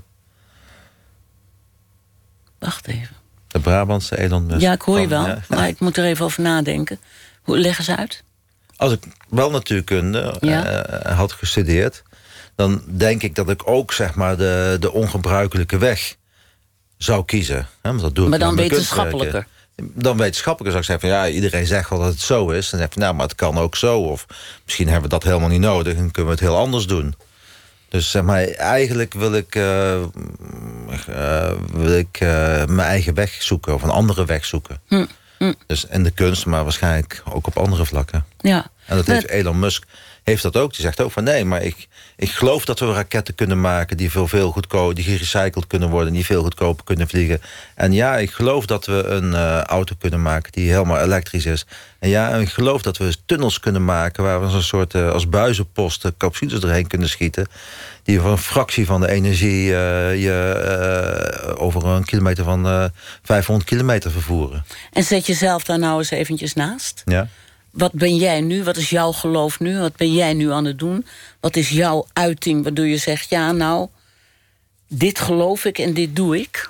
Wacht even. De Brabantse Elon Musk. Ja, ik hoor je wel, maar ik moet er even over nadenken. Leg eens uit. Als ik wel natuurkunde had gestudeerd, dan denk ik dat ik ook zeg maar de ongebruikelijke weg zou kiezen. Want dat doe ik maar dan met wetenschappelijker. Dan wetenschappelijker zou ik zeggen van iedereen zegt wel dat het zo is. Dan zeg je maar het kan ook zo. Of misschien hebben we dat helemaal niet nodig en kunnen we het heel anders doen. Dus zeg maar, eigenlijk wil ik mijn eigen weg zoeken of een andere weg zoeken. Dus in de kunst, maar waarschijnlijk ook op andere vlakken. Ja, En dat heeft Elon Musk heeft dat ook. Die zegt ook van nee, maar ik geloof dat we raketten kunnen maken die veel goedkoper, die gerecycled kunnen worden, die veel goedkoper kunnen vliegen. En ja, ik geloof dat we een auto kunnen maken die helemaal elektrisch is. En ja, en ik geloof dat we tunnels kunnen maken waar we zo'n soort als buizenposten capsules erheen kunnen schieten, die voor een fractie van de energie over een kilometer van 500 kilometer vervoeren. En zet jezelf daar nou eens eventjes naast. Ja. Wat ben jij nu? Wat is jouw geloof nu? Wat ben jij nu aan het doen? Wat is jouw uiting waardoor je zegt, ja nou, dit geloof ik en dit doe ik?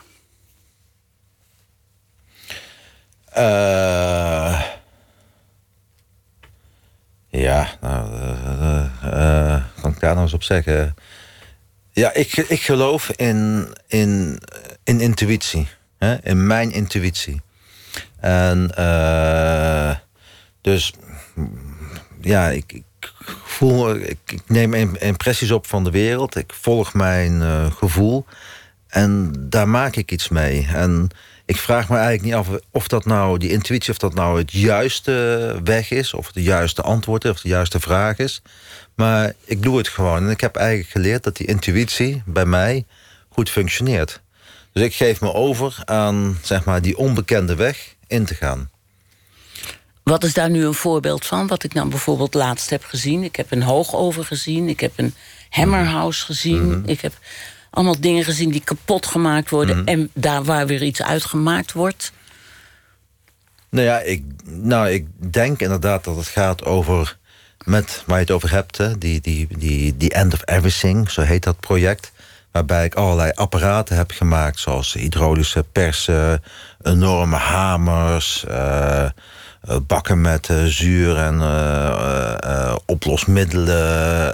Kan ik daar nou eens op zeggen? Ja, ik geloof in intuïtie. Hè? In mijn intuïtie. En dus ja, ik voel, ik neem impressies op van de wereld. Ik volg mijn gevoel. En daar maak ik iets mee. En ik vraag me eigenlijk niet af of dat nou, die intuïtie, of dat nou het juiste weg is, of het juiste antwoord is, of de juiste vraag is. Maar ik doe het gewoon. En ik heb eigenlijk geleerd dat die intuïtie bij mij goed functioneert. Dus ik geef me over aan, zeg maar, die onbekende weg in te gaan. Wat is daar nu een voorbeeld van? Wat ik nou bijvoorbeeld laatst heb gezien. Ik heb een hoogoven gezien. Ik heb een hammerhouse gezien. Mm-hmm. Ik heb allemaal dingen gezien die kapot gemaakt worden. Mm-hmm. En daar waar weer iets uitgemaakt wordt. Nou ja, ik denk inderdaad dat het gaat over, met waar je het over hebt, hè, die End of Everything, zo heet dat project. Waarbij ik allerlei apparaten heb gemaakt, zoals hydraulische persen, enorme hamers, bakken met zuur en oplosmiddelen,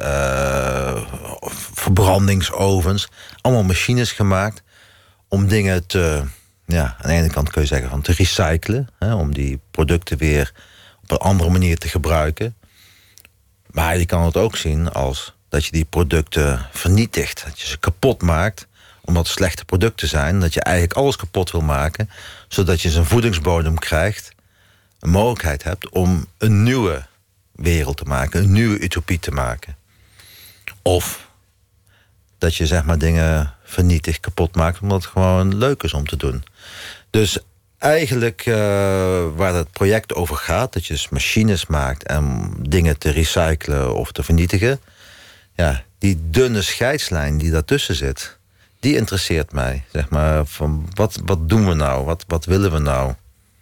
verbrandingsovens. Allemaal machines gemaakt om dingen te, ja, aan de ene kant kun je zeggen van te recyclen, hè, om die producten weer op een andere manier te gebruiken. Maar je kan het ook zien als dat je die producten vernietigt. Dat je ze kapot maakt, omdat het slechte producten zijn. Dat je eigenlijk alles kapot wil maken, zodat je zijn voedingsbodem krijgt, een mogelijkheid hebt om een nieuwe wereld te maken, een nieuwe utopie te maken. Of dat je, zeg maar, dingen vernietigt, kapot maakt, omdat het gewoon leuk is om te doen. Dus eigenlijk waar het project over gaat, dat je dus machines maakt en dingen te recyclen of te vernietigen, ja, die dunne scheidslijn die daartussen zit, die interesseert mij. Zeg maar, van wat doen we nou? Wat willen we nou?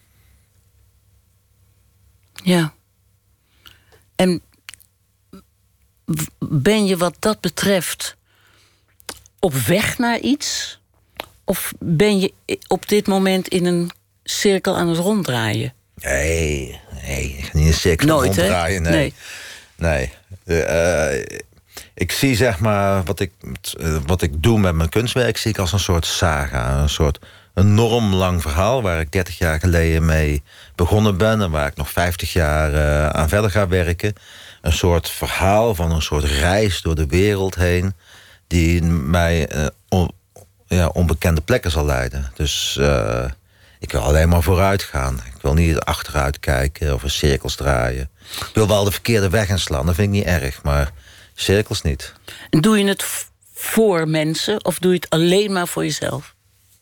Ja. En ben je wat dat betreft op weg naar iets? Of ben je op dit moment in een cirkel aan het ronddraaien? Nee, ik ga niet in een cirkel ronddraaien. Nee. Ik zie, zeg maar, wat ik doe met mijn kunstwerk, zie ik als een soort saga. Een soort enorm lang verhaal waar ik 30 jaar geleden mee begonnen ben en waar ik nog 50 jaar aan verder ga werken. Een soort verhaal van een soort reis door de wereld heen die mij onbekende plekken zal leiden. Dus ik wil alleen maar vooruit gaan. Ik wil niet achteruit kijken of in cirkels draaien. Ik wil wel de verkeerde weg inslaan, dat vind ik niet erg, maar cirkels niet. En doe je het voor mensen of doe je het alleen maar voor jezelf?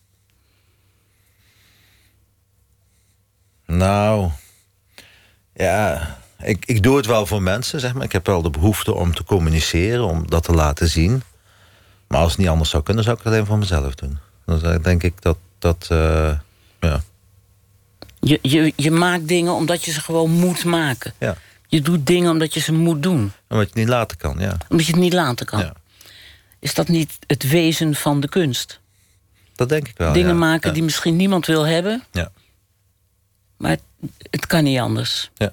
Nou, ja, ik doe het wel voor mensen, zeg maar. Ik heb wel de behoefte om te communiceren, om dat te laten zien. Maar als het niet anders zou kunnen, zou ik het alleen voor mezelf doen. Dan denk ik dat ja. Je maakt dingen omdat je ze gewoon moet maken. Ja. Je doet dingen omdat je ze moet doen. Omdat je het niet laten kan, ja. Omdat je het niet laten kan. Ja. Is dat niet het wezen van de kunst? Dat denk ik wel, dingen maken die misschien niemand wil hebben. Ja. Maar het kan niet anders. Ja.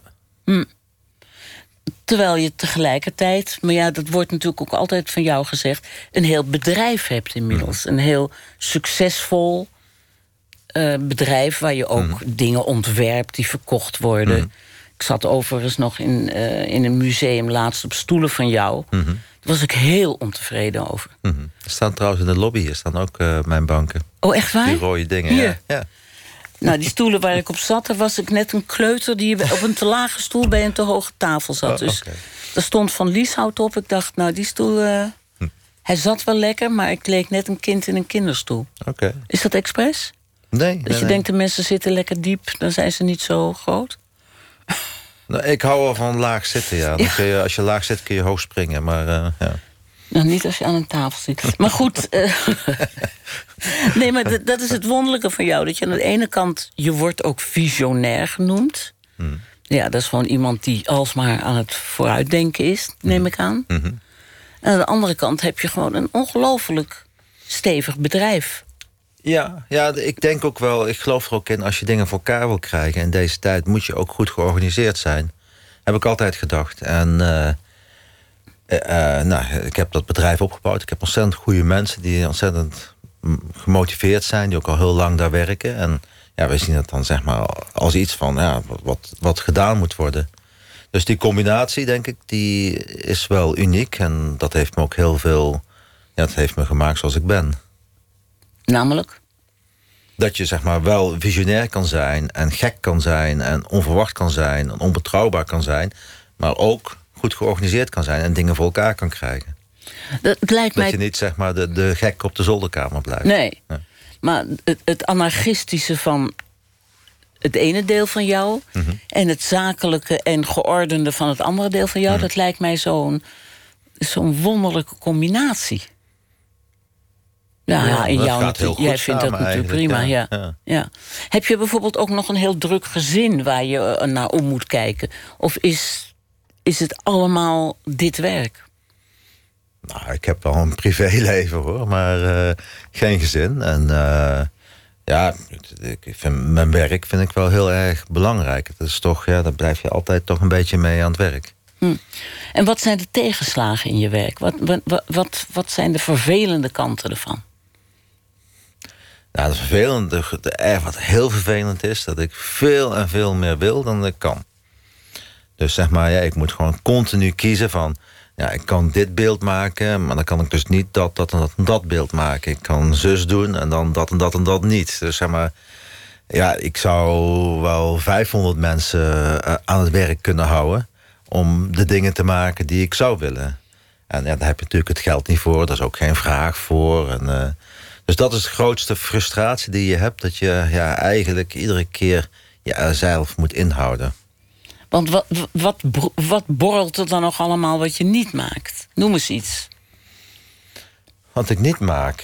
Terwijl je tegelijkertijd, maar ja, dat wordt natuurlijk ook altijd van jou gezegd, een heel bedrijf hebt inmiddels. Een heel succesvol bedrijf waar je ook dingen ontwerpt die verkocht worden. Ik zat overigens nog in een museum laatst op stoelen van jou. Daar was ik heel ontevreden over. Er staan trouwens in de lobby, hier staan ook mijn banken. Oh, echt waar? Die rode dingen, hier. Ja. Nou, die stoelen waar ik op zat, daar was ik net een kleuter die op een te lage stoel bij een te hoge tafel zat. Dus er stond Van Lieshout op. Ik dacht, nou, die stoel, hij zat wel lekker, maar ik leek net een kind in een kinderstoel. Is dat expres? Nee. Dat je denkt, de mensen zitten lekker diep, dan zijn ze niet zo groot? Nou, ik hou wel van laag zitten, ja. Dan kun je, als je laag zit, kun je hoog springen, maar ja. Nou, niet als je aan een tafel zit. Maar goed, nee, maar dat is het wonderlijke van jou. Dat je aan de ene kant, je wordt ook visionair genoemd. Ja, dat is gewoon iemand die alsmaar aan het vooruitdenken is, neem ik aan. En aan de andere kant heb je gewoon een ongelooflijk stevig bedrijf. Ja, ik denk ook wel, ik geloof er ook in, als je dingen voor elkaar wil krijgen in deze tijd, moet je ook goed georganiseerd zijn. Heb ik altijd gedacht. En ik heb dat bedrijf opgebouwd. Ik heb ontzettend goede mensen die ontzettend gemotiveerd zijn, die ook al heel lang daar werken. En ja, we zien het dan zeg maar als iets van wat gedaan moet worden. Dus die combinatie, denk ik, die is wel uniek. En dat heeft me ook heel veel, dat heeft me gemaakt zoals ik ben. Namelijk? Dat je zeg maar wel visionair kan zijn en gek kan zijn en onverwacht kan zijn en onbetrouwbaar kan zijn, maar ook goed georganiseerd kan zijn en dingen voor elkaar kan krijgen. Dat lijkt mij... je niet zeg maar de gek op de zolderkamer blijft. Nee, maar het anarchistische van het ene deel van jou en het zakelijke en geordende van het andere deel van jou, dat lijkt mij zo'n wonderlijke combinatie. Ja, in jou natuurlijk. Jij vindt dat natuurlijk prima. Ja. Heb je bijvoorbeeld ook nog een heel druk gezin waar je naar om moet kijken? Of is het allemaal dit werk? Nou, ik heb wel een privéleven hoor, maar geen gezin. En mijn werk vind ik wel heel erg belangrijk. Het is toch, daar blijf je altijd toch een beetje mee aan het werk. En wat zijn de tegenslagen in je werk? Wat zijn de vervelende kanten ervan? Nou, wat heel vervelend is, dat ik veel en veel meer wil dan ik kan. Dus zeg maar, ik moet gewoon continu kiezen van, ik kan dit beeld maken, maar dan kan ik dus niet dat en dat beeld maken. Ik kan zus doen en dan dat en dat niet. Dus zeg maar, ik zou wel 500 mensen aan het werk kunnen houden om de dingen te maken die ik zou willen. En daar heb je natuurlijk het geld niet voor, daar is ook geen vraag voor. En, dus dat is de grootste frustratie die je hebt, dat je eigenlijk iedere keer jezelf moet inhouden. Want wat borrelt er dan nog allemaal wat je niet maakt? Noem eens iets. Wat ik niet maak?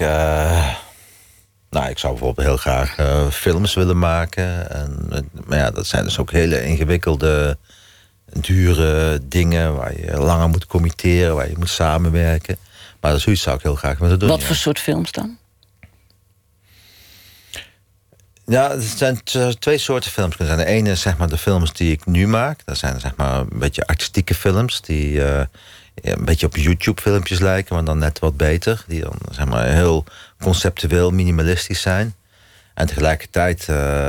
Ik zou bijvoorbeeld heel graag films willen maken. Maar dat zijn dus ook hele ingewikkelde, dure dingen waar je langer moet committeren, waar je moet samenwerken. Maar zoiets zou ik heel graag willen doen. Wat voor soort films dan? Ja, er zijn twee soorten films. De ene is zeg maar de films die ik nu maak. Dat zijn zeg maar een beetje artistieke films die een beetje op YouTube filmpjes lijken, maar dan net wat beter. Die dan zeg maar heel conceptueel, minimalistisch zijn. En tegelijkertijd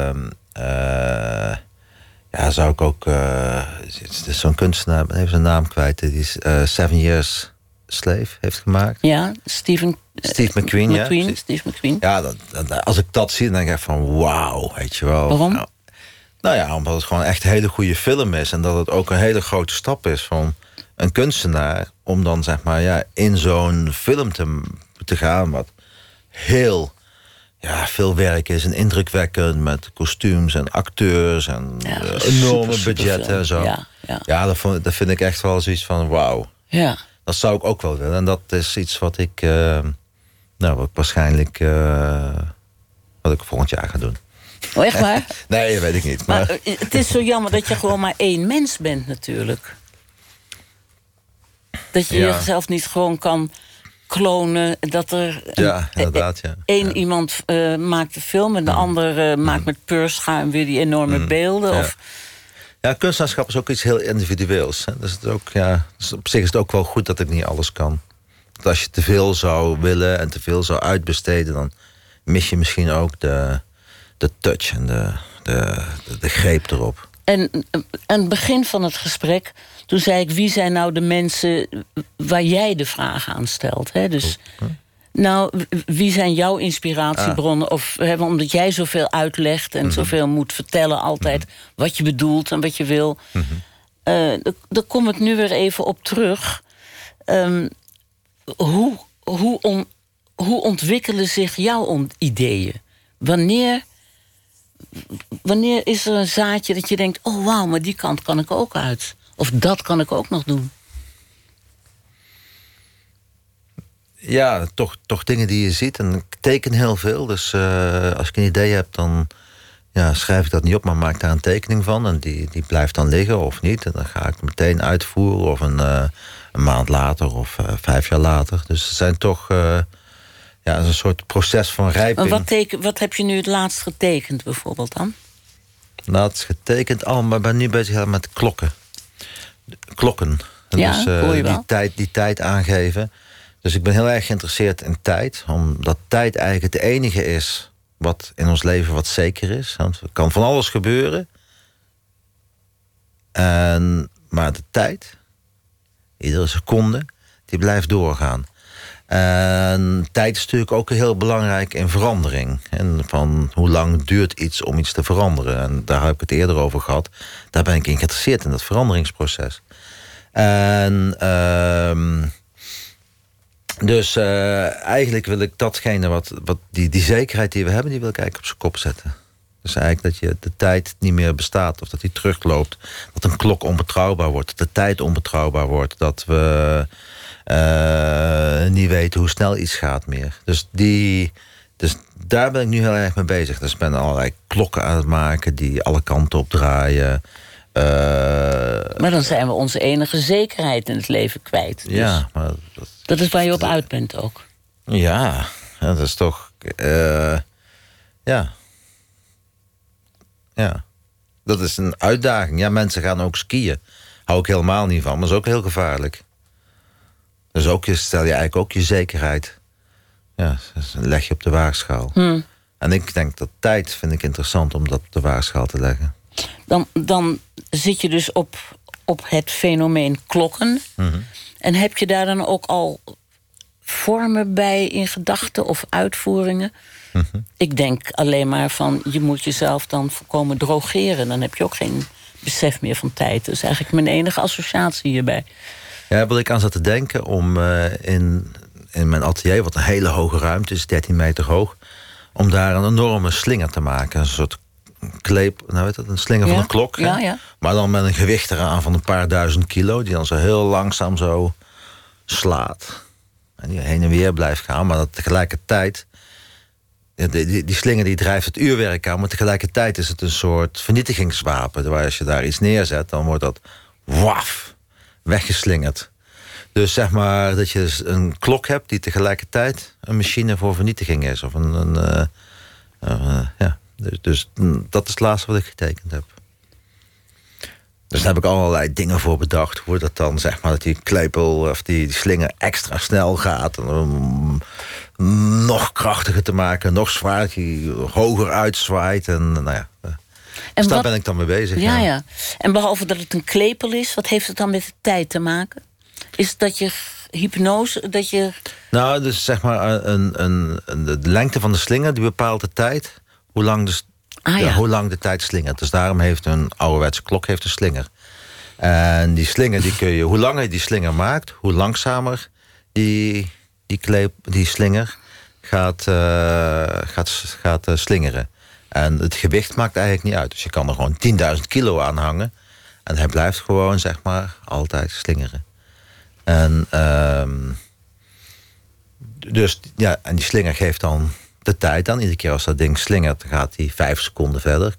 zou ik ook zo'n kunstenaar, even zijn naam kwijt, die is 7 Years Slave heeft gemaakt. Ja, Steve McQueen. Steve McQueen. Ja, als ik dat zie, dan denk ik echt van wauw, weet je wel. Waarom? Omdat het gewoon echt een hele goede film is. En dat het ook een hele grote stap is van een kunstenaar om dan zeg maar in zo'n film te gaan, wat heel veel werk is en indrukwekkend met kostuums en acteurs en enorme budgetten en zo. Dat vind ik echt wel zoiets van wauw. Ja. Dat zou ik ook wel willen. En dat is iets wat ik waarschijnlijk wat ik volgend jaar ga doen. Oh, echt waar? Nee, dat weet ik niet. Maar het is zo jammer dat je gewoon maar 1 mens bent natuurlijk. Dat je jezelf niet gewoon kan klonen. Dat er één iemand maakt de film en de andere maakt met peurschuim weer die enorme beelden. Of... Ja, kunstenaarschap is ook iets heel individueels. Hè. Dus, dus op zich is het ook wel goed dat ik niet alles kan. Want als je te veel zou willen en te veel zou uitbesteden, dan mis je misschien ook de touch en de greep erop. En aan het begin van het gesprek, toen zei ik, wie zijn nou de mensen waar jij de vragen aan stelt? Hè? Dus Nou, wie zijn jouw inspiratiebronnen? Of omdat jij zoveel uitlegt en zoveel moet vertellen altijd wat je bedoelt en wat je wil. Daar kom ik nu weer even op terug. Hoe ontwikkelen zich jouw ideeën? Wanneer is er een zaadje dat je denkt... oh wauw, maar die kant kan ik ook uit. Of dat kan ik ook nog doen. Ja, toch dingen die je ziet. En ik teken heel veel. Dus als ik een idee heb, dan schrijf ik dat niet op... maar maak daar een tekening van. En die blijft dan liggen of niet. En dan ga ik het meteen uitvoeren. Of een maand later of 5 jaar later. Dus het zijn toch... het is een soort proces van rijping. Wat heb je nu het laatst getekend bijvoorbeeld dan? Nou, het is getekend al, maar ik ben nu bezig met klokken. Klokken. Ja, dus hoor je wel. die tijd aangeven. Dus ik ben heel erg geïnteresseerd in tijd. Omdat tijd eigenlijk het enige is wat in ons leven wat zeker is. Want er kan van alles gebeuren. Maar de tijd, iedere seconde, die blijft doorgaan. En tijd is natuurlijk ook heel belangrijk in verandering. En van hoe lang duurt iets om iets te veranderen. En daar heb ik het eerder over gehad. Daar ben ik in geïnteresseerd in dat veranderingsproces. En dus eigenlijk wil ik datgene wat die zekerheid die we hebben, die wil ik eigenlijk op zijn kop zetten. Dus eigenlijk dat je de tijd niet meer bestaat of dat die terugloopt. Dat een klok onbetrouwbaar wordt, dat de tijd onbetrouwbaar wordt. Dat we niet weten hoe snel iets gaat meer. Dus daar ben ik nu heel erg mee bezig. Dus ik ben allerlei klokken aan het maken die alle kanten op draaien. Maar dan zijn we onze enige zekerheid in het leven kwijt. Dus ja, maar dat is waar je op uit bent ook. Ja, dat is toch... Ja, dat is een uitdaging. Ja, mensen gaan ook skiën. Hou ik helemaal niet van, maar dat is ook heel gevaarlijk. Dus stel je eigenlijk ook je zekerheid. Ja, dus leg je op de waagschaal. En ik denk dat tijd vind ik interessant om dat op de waagschaal te leggen. Dan zit je dus op het fenomeen klokken. En heb je daar dan ook al vormen bij in gedachten of uitvoeringen? Ik denk alleen maar van, je moet jezelf dan volkomen drogeren. Dan heb je ook geen besef meer van tijd. Dat is eigenlijk mijn enige associatie hierbij. Ja, wat ik aan zat te denken om in mijn atelier, wat een hele hoge ruimte is, 13 meter hoog, om daar een enorme slinger te maken. Een soort een slinger van een klok. Ja. Maar dan met een gewicht eraan van een paar 1000 kilo, die dan zo heel langzaam zo slaat. En die heen en weer blijft gaan, maar dat tegelijkertijd... Die slinger die drijft het uurwerk aan, maar tegelijkertijd is het een soort vernietigingswapen. Waar als je daar iets neerzet, dan wordt dat waf, weggeslingerd. Dus zeg maar dat je een klok hebt die tegelijkertijd een machine voor vernietiging is. Of Dus dat is het laatste wat ik getekend heb. Dus daar heb ik allerlei dingen voor bedacht. Hoe dat dan, zeg maar, dat die klepel of die slinger extra snel gaat. En, nog krachtiger te maken, nog zwaar, die hoger uitzwaait. En nou ja, dus daar ben ik dan mee bezig. Ja. En behalve dat het een klepel is, wat heeft het dan met de tijd te maken? Is het dat je hypnose, dat je... Nou, dus zeg maar, de lengte van de slinger, die bepaalt de tijd. Hoe lang de tijd slingert. Dus daarom heeft een ouderwetse klok een slinger. En die slinger, die kun je, hoe langer je die slinger maakt, hoe langzamer die slinger gaat slingeren. En het gewicht maakt eigenlijk niet uit. Dus je kan er gewoon 10.000 kilo aan hangen. En hij blijft gewoon, zeg maar, altijd slingeren. En en die slinger geeft dan de tijd aan. Iedere keer als dat ding slingert, dan gaat hij 5 seconden verder.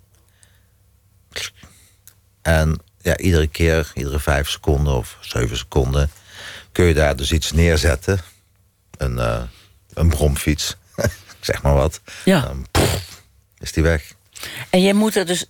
En ja, iedere 5 seconden of 7 seconden kun je daar dus iets neerzetten. Een bromfiets, zeg maar wat. Ja. Dan is die weg. En jij moet er dus...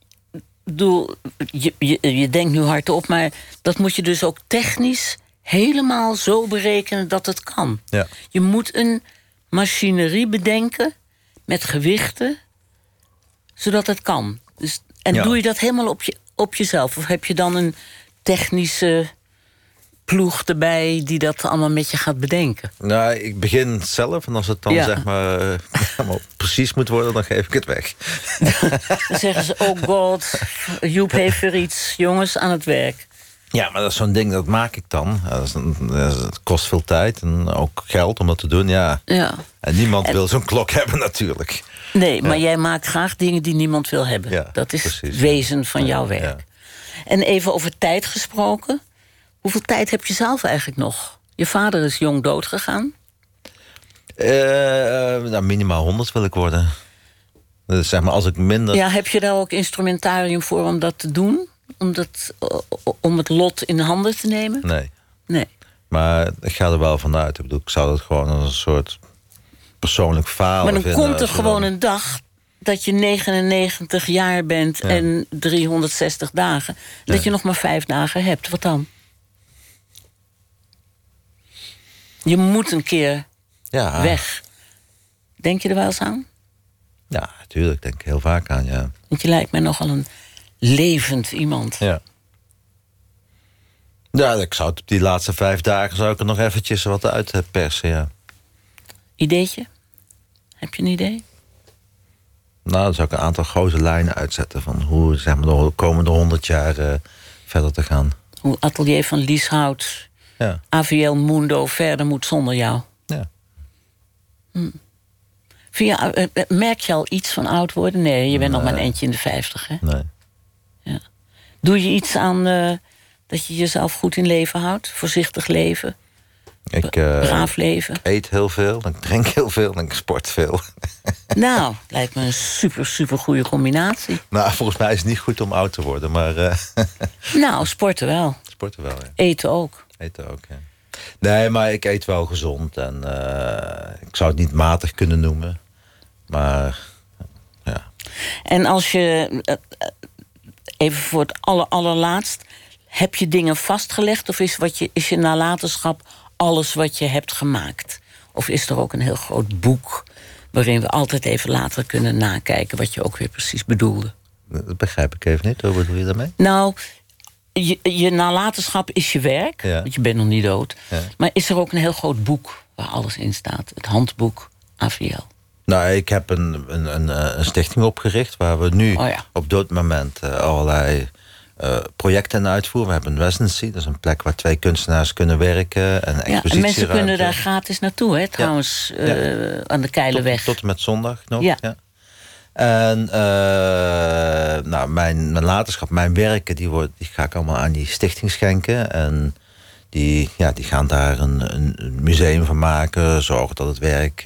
Je denkt nu hardop, maar dat moet je dus ook technisch helemaal zo berekenen dat het kan. Ja. Je moet een machinerie bedenken met gewichten, zodat het kan. Dus, en doe je dat helemaal op jezelf? Of heb je dan een technische ploeg erbij die dat allemaal met je gaat bedenken? Nou, ik begin zelf en als het dan zeg maar helemaal precies moet worden, dan geef ik het weg. Dan zeggen ze, oh god, Joep heeft weer iets, jongens, aan het werk. Ja, maar dat is zo'n ding, dat maak ik dan. Het kost veel tijd en ook geld om dat te doen, ja. En niemand wil zo'n klok hebben natuurlijk. Nee, maar jij maakt graag dingen die niemand wil hebben. Ja, dat is precies, het wezen van jouw werk. Ja. En even over tijd gesproken. Hoeveel tijd heb je zelf eigenlijk nog? Je vader is jong doodgegaan. Nou, minimaal 100 wil ik worden. Dus zeg maar, als ik minder... Ja, heb je daar ook instrumentarium voor om dat te doen? Om het lot in handen te nemen? Nee. Maar ik ga er wel vanuit. Ik bedoel, ik zou dat gewoon als een soort persoonlijk falen Maar dan vinden, komt er gewoon een dag dat je 99 jaar bent en 360 dagen. Dat je nog maar 5 dagen hebt. Wat dan? Je moet een keer weg. Denk je er wel eens aan? Ja, natuurlijk. Denk ik heel vaak aan, ja. Want je lijkt mij nogal een levend iemand. Ja. Ja, ik zou het op die laatste 5 dagen zou ik er nog eventjes wat uit persen, ja. Ideetje? Heb je een idee? Nou, dan zou ik een aantal grote lijnen uitzetten van hoe zeg maar, de komende 100 jaar verder te gaan. Hoe Atelier van Lieshout, AVL Mundo verder moet zonder jou. Ja. Merk je al iets van oud worden? Nee, je bent nog maar een eindje in de 50, hè? Nee. Ja. Doe je iets aan dat je jezelf goed in leven houdt? Voorzichtig leven? Braaf leven? Ik eet heel veel, ik drink heel veel en ik sport veel. Nou, lijkt me een super goede combinatie. Nou, volgens mij is het niet goed om oud te worden, maar... Nou, sporten wel. Sporten wel, ja. Eten ook. Eten ook, ja. Nee, maar ik eet wel gezond en ik zou het niet matig kunnen noemen. Maar, ja. En als je, even voor het allerlaatst, heb je dingen vastgelegd? Of is je nalatenschap alles wat je hebt gemaakt? Of is er ook een heel groot boek waarin we altijd even later kunnen nakijken wat je ook weer precies bedoelde? Dat begrijp ik even niet. Hoe bedoel je daarmee? Nou, je nalatenschap is je werk, want je bent nog niet dood. Ja. Maar is er ook een heel groot boek waar alles in staat? Het handboek AVL. Nou, ik heb een stichting opgericht waar we nu op dit moment allerlei projecten uitvoeren. We hebben een residency, dat is een plek waar 2 kunstenaars kunnen werken. En en mensen kunnen daar gratis naartoe, hè? Trouwens, aan de Keilerweg. Tot en met zondag nog, ja. En nou, mijn nalatenschap, mijn werken, die ga ik allemaal aan die stichting schenken. En die gaan daar een museum van maken. Zorgen dat het werk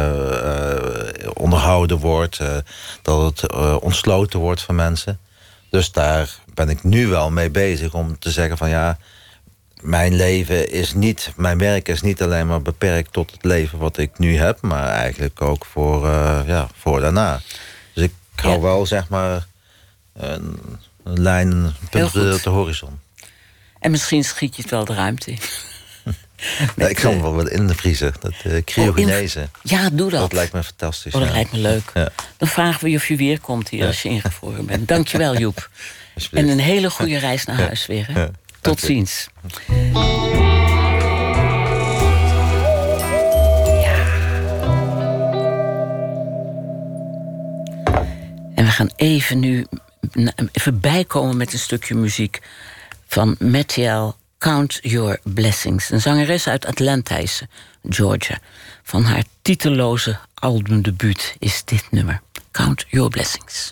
onderhouden wordt. Dat het ontsloten wordt van mensen. Dus daar ben ik nu wel mee bezig om te zeggen van ja, mijn werk is niet alleen maar beperkt tot het leven wat ik nu heb, maar eigenlijk ook voor daarna. Dus ik hou wel zeg maar een lijn, een punt op de horizon. En misschien schiet je het wel de ruimte in. Ja, ik kan wel wat vriezen. Dat cryogenese. Ja, doe dat. Dat lijkt me fantastisch. Dat lijkt me leuk. Ja. Dan vragen we je of je weer komt hier als je ingevroren bent. Dankjewel, Joep. En een hele goede reis naar huis weer. Hè? Tot ziens. En we gaan even bijkomen met een stukje muziek van Mattiel, Count Your Blessings. Een zangeres uit Atlanta, Georgia. Van haar titeloze albumdebuut is dit nummer. Count Your Blessings.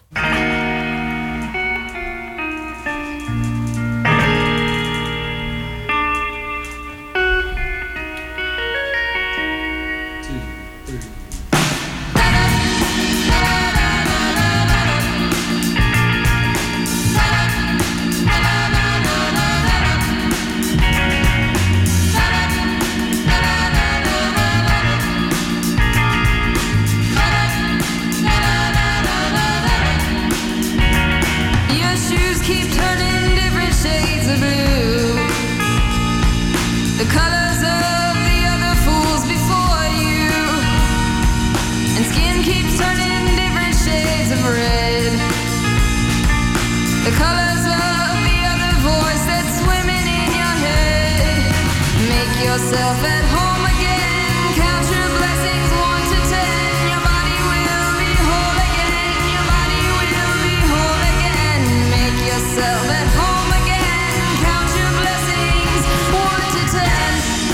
Keep turning different yourself at home again. Count your blessings 1 to 10. Your body will be whole again. Your body will be whole again. Make yourself at home again. Count your blessings 1 to 10.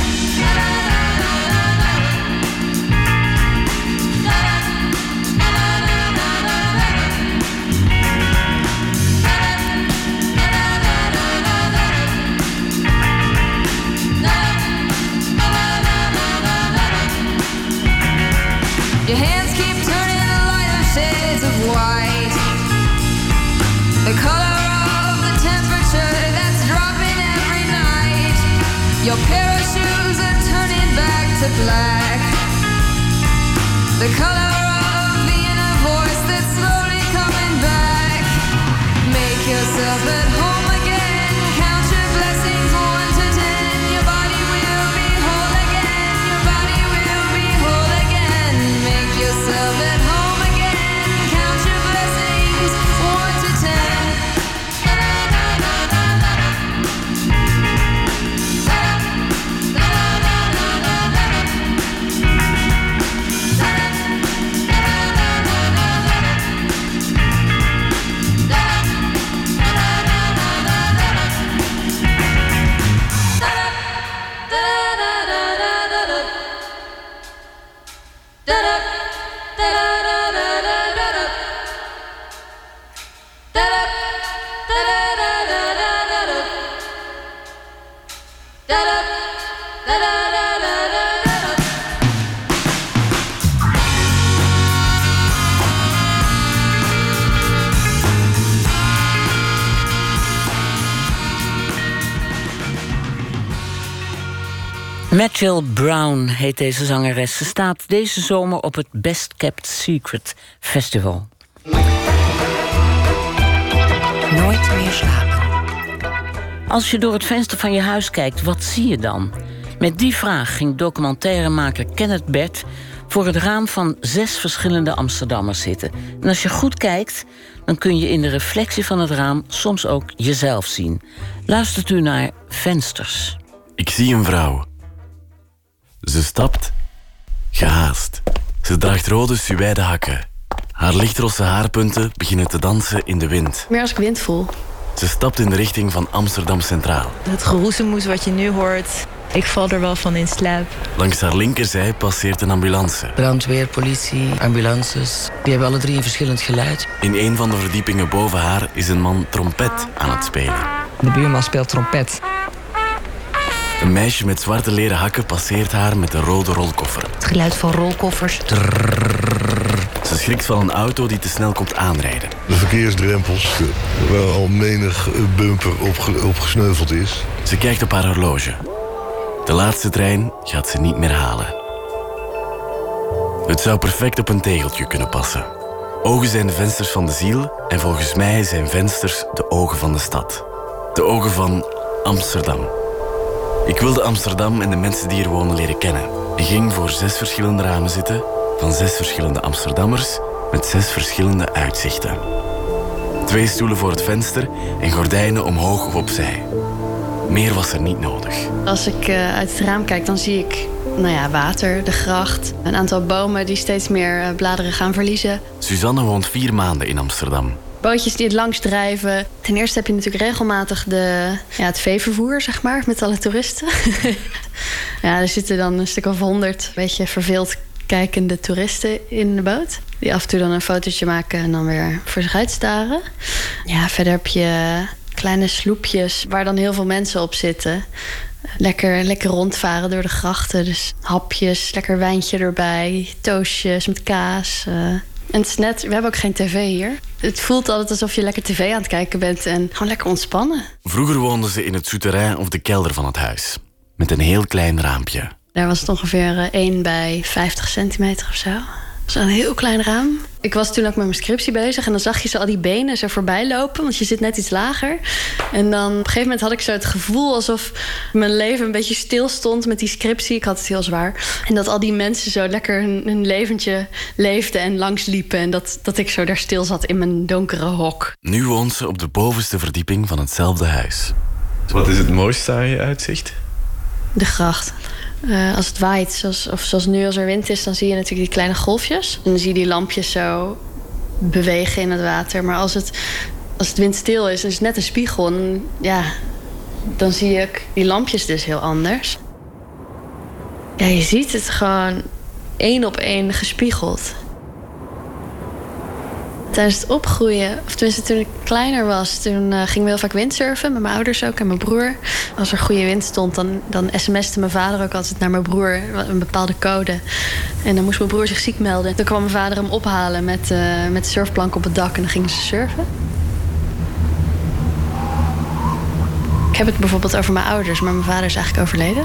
Your hands keep turning the lighter shades of white. The color of the temperature that's dropping every night. Your pair of shoes are turning back to black. The color of the inner voice that's slowly coming back. Make yourself at home again. Count your blessings 1 to 10. Your body will be whole again. Your body will be whole again. Make yourself at home again. Count your blessings 1 to 10. Matchel Brown heet deze zangeres. Ze staat deze zomer op het Best Kept Secret Festival. Nooit meer slapen. Als je door het venster van je huis kijkt, wat zie je dan? Met die vraag ging documentairemaker Kenneth Bert voor het raam van 6 verschillende Amsterdammers zitten. En als je goed kijkt, dan kun je in de reflectie van het raam soms ook jezelf zien. Luistert u naar Vensters. Ik zie een vrouw. Ze stapt, gehaast. Ze draagt rode suède hakken. Haar lichtrosse haarpunten beginnen te dansen in de wind. Meer als ik wind voel. Ze stapt in de richting van Amsterdam Centraal. Het geroezemoes wat je nu hoort, ik val er wel van in slaap. Langs haar linkerzij passeert een ambulance. Brandweer, politie, ambulances. Die hebben alle 3 een verschillend geluid. In een van de verdiepingen boven haar is een man trompet aan het spelen. De buurman speelt trompet. Een meisje met zwarte leren hakken passeert haar met een rode rolkoffer. Het geluid van rolkoffers. Ze schrikt van een auto die te snel komt aanrijden. De verkeersdrempels, waar al menig bumper op gesneuveld is. Ze kijkt op haar horloge. De laatste trein gaat ze niet meer halen. Het zou perfect op een tegeltje kunnen passen. Ogen zijn de vensters van de ziel en volgens mij zijn vensters de ogen van de stad. De ogen van Amsterdam. Ik wilde Amsterdam en de mensen die er wonen leren kennen. En ging voor 6 verschillende ramen zitten van 6 verschillende Amsterdammers met 6 verschillende uitzichten. 2 stoelen voor het venster en gordijnen omhoog of opzij. Meer was er niet nodig. Als ik uit het raam kijk, dan zie ik water, de gracht. Een aantal bomen die steeds meer bladeren gaan verliezen. Suzanne woont 4 maanden in Amsterdam. Bootjes die het langs drijven. Ten eerste heb je natuurlijk regelmatig het veevervoer, zeg maar, met alle toeristen. Ja, er zitten dan een stuk of 100 een beetje verveeld kijkende toeristen in de boot. Die af en toe dan een fotootje maken en dan weer voor zich uitstaren. Ja, verder heb je kleine sloepjes waar dan heel veel mensen op zitten. Lekker rondvaren door de grachten. Dus hapjes, lekker wijntje erbij, toastjes met kaas. En het is net, we hebben ook geen tv hier. Het voelt altijd alsof je lekker tv aan het kijken bent en gewoon lekker ontspannen. Vroeger woonden ze in het souterrain of de kelder van het huis. Met een heel klein raampje. Daar was het ongeveer 1 bij 50 centimeter of zo. Dat is een heel klein raam. Ik was toen ook met mijn scriptie bezig en dan zag je zo al die benen zo voorbij lopen, want je zit net iets lager. En dan op een gegeven moment had ik zo het gevoel alsof mijn leven een beetje stil stond met die scriptie. Ik had het heel zwaar. En dat al die mensen zo lekker hun leventje leefden en langsliepen. En dat ik zo daar stil zat in mijn donkere hok. Nu woont ze op de bovenste verdieping van hetzelfde huis. Wat is het mooiste aan je uitzicht? de gracht. Als het waait, zoals nu als er wind is, dan zie je natuurlijk die kleine golfjes. En dan zie je die lampjes zo bewegen in het water. Maar als het windstil is, dan is het net een spiegel. En dan zie je die lampjes dus heel anders. Ja, je ziet het gewoon 1 op 1 gespiegeld. Tijdens het opgroeien, of tenminste toen ik kleiner was, toen gingen we heel vaak windsurfen met mijn ouders ook en mijn broer. Als er goede wind stond, dan sms'te mijn vader ook altijd naar mijn broer een bepaalde code. En dan moest mijn broer zich ziek melden. Toen kwam mijn vader hem ophalen met de surfplank op het dak en dan gingen ze surfen. Ik heb het bijvoorbeeld over mijn ouders, maar mijn vader is eigenlijk overleden.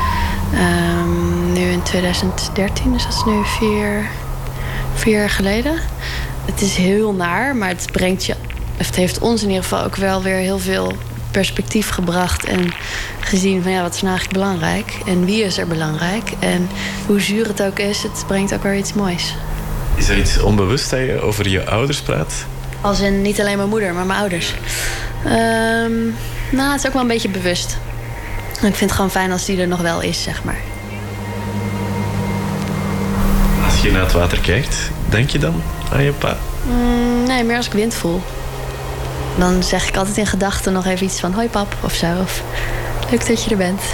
Nu in 2013, dus dat is nu 4 jaar geleden. Het is heel naar, maar het heeft ons in ieder geval ook wel weer heel veel perspectief gebracht. En gezien van wat is nou eigenlijk belangrijk? En wie is er belangrijk? En hoe zuur het ook is, het brengt ook weer iets moois. Is er iets onbewust dat je over je ouders praat? Als in niet alleen mijn moeder, maar mijn ouders. Het is ook wel een beetje bewust. En ik vind het gewoon fijn als die er nog wel is, zeg maar. Als je naar het water kijkt, denk je dan aan je pa? Nee, meer als ik wind voel. Dan zeg ik altijd in gedachten nog even iets van hoi pap of zo. Of leuk dat je er bent.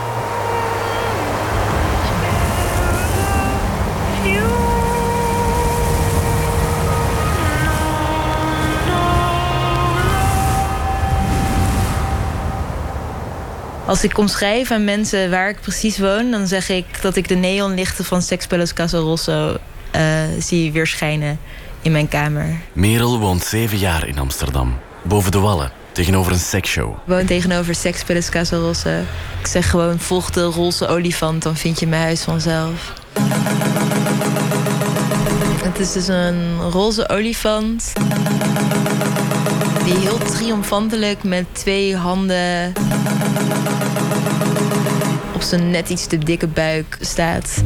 Als ik kom schrijven aan mensen waar ik precies woon, dan zeg ik dat ik de neonlichten van Sex Palace Casa Rosso zie weerschijnen in mijn kamer. Merel woont 7 jaar in Amsterdam. Boven de Wallen, tegenover een seksshow. Ik woon tegenover Sex Palace Casa Rosso. Ik zeg gewoon, volg de roze olifant, dan vind je mijn huis vanzelf. Het is dus een roze olifant die heel triomfantelijk met 2 handen op zijn net iets te dikke buik staat.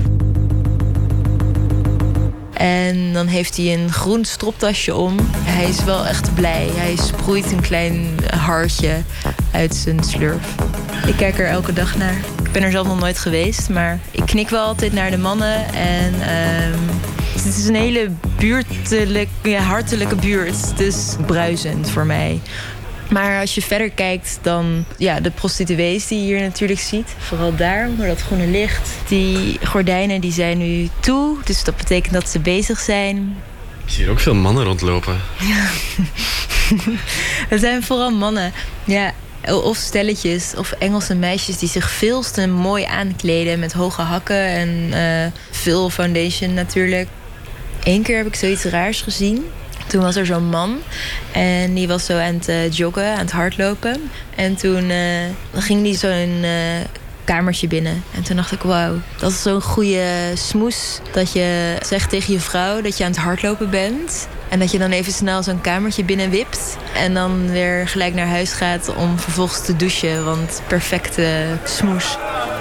En dan heeft hij een groen stroptasje om. Hij is wel echt blij. Hij sproeit een klein hartje uit zijn slurf. Ik kijk er elke dag naar. Ik ben er zelf nog nooit geweest, maar ik knik wel altijd naar de mannen. En het is een hele hartelijke buurt. Het is bruisend voor mij. Maar als je verder kijkt, dan de prostituees die je hier natuurlijk ziet. Vooral daar, onder dat groene licht. Die gordijnen die zijn nu toe, dus dat betekent dat ze bezig zijn. Ik zie hier ook veel mannen rondlopen. Ja. Het zijn vooral mannen. Ja, of stelletjes, of Engelse meisjes die zich veel te mooi aankleden met hoge hakken en veel foundation natuurlijk. 1 keer heb ik zoiets raars gezien. Toen was er zo'n man en die was zo aan het joggen, aan het hardlopen. En toen ging die zo'n kamertje binnen. En toen dacht ik, wauw, dat is zo'n goede smoes. Dat je zegt tegen je vrouw dat je aan het hardlopen bent. En dat je dan even snel zo'n kamertje binnenwipt. En dan weer gelijk naar huis gaat om vervolgens te douchen. Want perfecte smoes.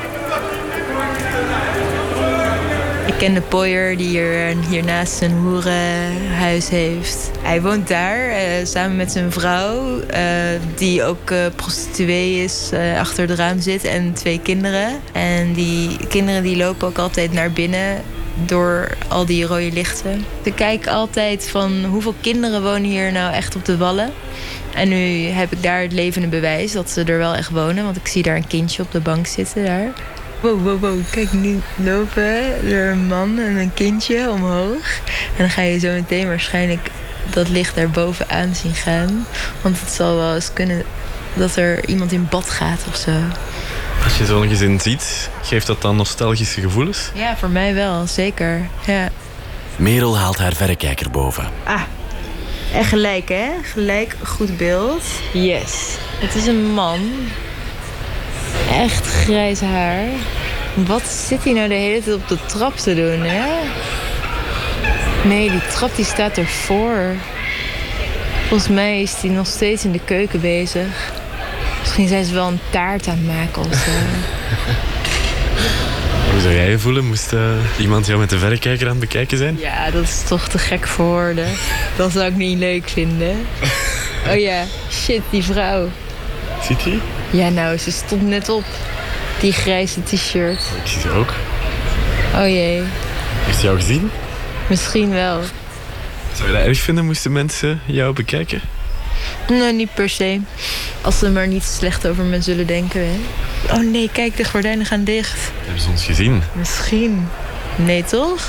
Ik ken de pooier die hiernaast een hoerenhuis heeft. Hij woont daar samen met zijn vrouw, die ook prostituee is, achter het raam zit en 2 kinderen. En die kinderen die lopen ook altijd naar binnen door al die rode lichten. Ik kijk altijd van hoeveel kinderen wonen hier nou echt op de Wallen. En nu heb ik daar het levende bewijs dat ze er wel echt wonen. Want ik zie daar een kindje op de bank zitten daar. Wow. Kijk, nu lopen er een man en een kindje omhoog. En dan ga je zo meteen waarschijnlijk dat licht daar bovenaan zien gaan. Want het zal wel eens kunnen dat er iemand in bad gaat of zo. Als je zo'n gezin ziet, geeft dat dan nostalgische gevoelens? Ja, voor mij wel, zeker. Ja. Merel haalt haar verrekijker boven. En gelijk, hè? Gelijk, goed beeld. Yes. Het is een man. Echt grijs haar. Wat zit hij nou de hele tijd op de trap te doen, hè? Nee, die trap die staat ervoor. Volgens mij is hij nog steeds in de keuken bezig. Misschien zijn ze wel een taart aan het maken of zo. Hoe zou jij je voelen? Moest iemand jou met de verrekijker aan het bekijken zijn? Ja, dat is toch te gek voor woorden. Dat zou ik niet leuk vinden. Oh ja, shit, die vrouw. Ziet hij? Ja, nou, ze stond net op. Die grijze t-shirt. Ik zie ze ook. Oh jee. Heeft ze jou gezien? Misschien wel. Zou je dat erg vinden, moesten mensen jou bekijken? Nee, niet per se. Als ze maar niet slecht over me zullen denken. Hè. Oh nee, kijk, de gordijnen gaan dicht. Hebben ze ons gezien? Misschien. Nee, toch?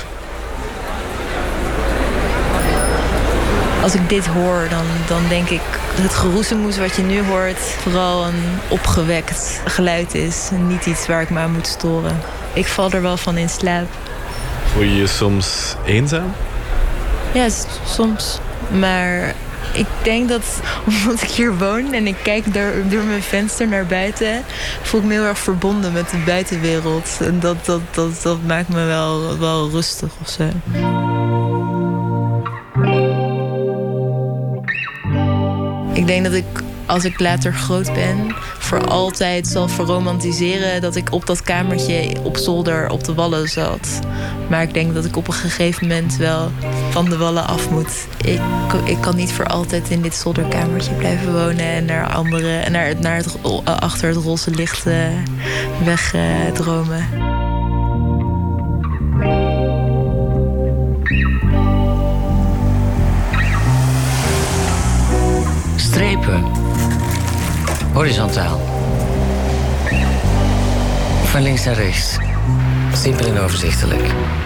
Als ik dit hoor, dan denk ik... het geroezemoes wat je nu hoort... vooral een opgewekt geluid is. En niet iets waar ik me aan moet storen. Ik val er wel van in slaap. Voel je je soms eenzaam? Ja, soms. Maar ik denk dat omdat ik hier woon en ik kijk door mijn venster naar buiten... voel ik me heel erg verbonden met de buitenwereld. En dat maakt me wel rustig of zo. Ik denk dat ik, als ik later groot ben, voor altijd zal verromantiseren dat ik op dat kamertje op zolder op de wallen zat. Maar ik denk dat ik op een gegeven moment wel van de wallen af moet. Ik kan niet voor altijd in dit zolderkamertje blijven wonen en naar achter het roze licht wegdromen. Strepen. Horizontaal. Van links naar rechts. Simpel en overzichtelijk.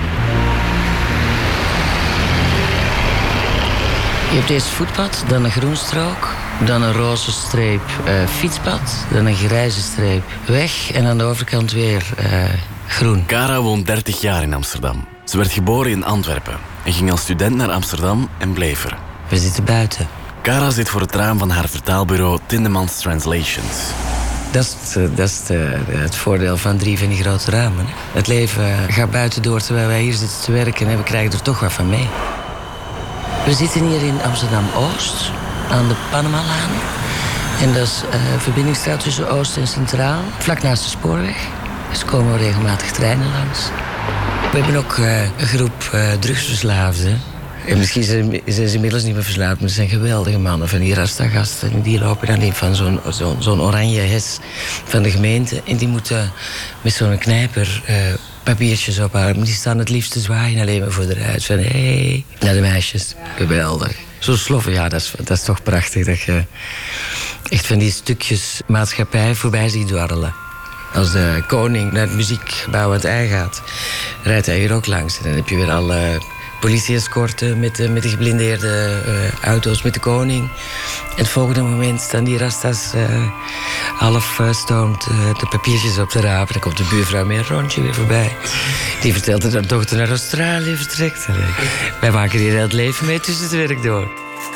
Je hebt eerst voetpad, dan een groenstrook, dan een roze streep fietspad, dan een grijze streep weg en aan de overkant weer groen. Cara woont 30 jaar in Amsterdam. Ze werd geboren in Antwerpen en ging als student naar Amsterdam en bleef er. We zitten buiten. Cara zit voor het raam van haar vertaalbureau Tindemans Translations. Dat is het voordeel van 3 van die grote ramen. Het leven gaat buiten door terwijl wij hier zitten te werken en we krijgen er toch wat van mee. We zitten hier in Amsterdam-Oost, aan de Panamalaan. En dat is verbindingsstraat tussen Oost en Centraal, vlak naast de spoorweg. Dus komen we regelmatig treinen langs. We hebben ook een groep drugsverslaafden. En misschien zijn ze inmiddels niet meer verslaafd, maar ze zijn geweldige mannen van die Rasta-gasten. En die lopen dan in van zo'n oranje hes van de gemeente. En die moeten met zo'n knijper papiertjes ophouden. Maar die staan het liefst te zwaaien alleen maar voor de ruit. Van hey, naar de meisjes. Geweldig. Zo sloffen, ja, dat is toch prachtig. Dat je echt van die stukjes maatschappij voorbij ziet dwarrelen. Als de koning naar het muziekgebouw aan het ei gaat, rijdt hij hier ook langs. En dan heb je weer alle politie-escorten met de geblindeerde auto's met de koning. En het volgende moment staan die rastas half stoned de papiertjes op te rapen. Dan komt de buurvrouw met een rondje weer voorbij. Die vertelt dat haar dochter naar Australië vertrekt. Wij maken hier heel het leven mee tussen het werk door.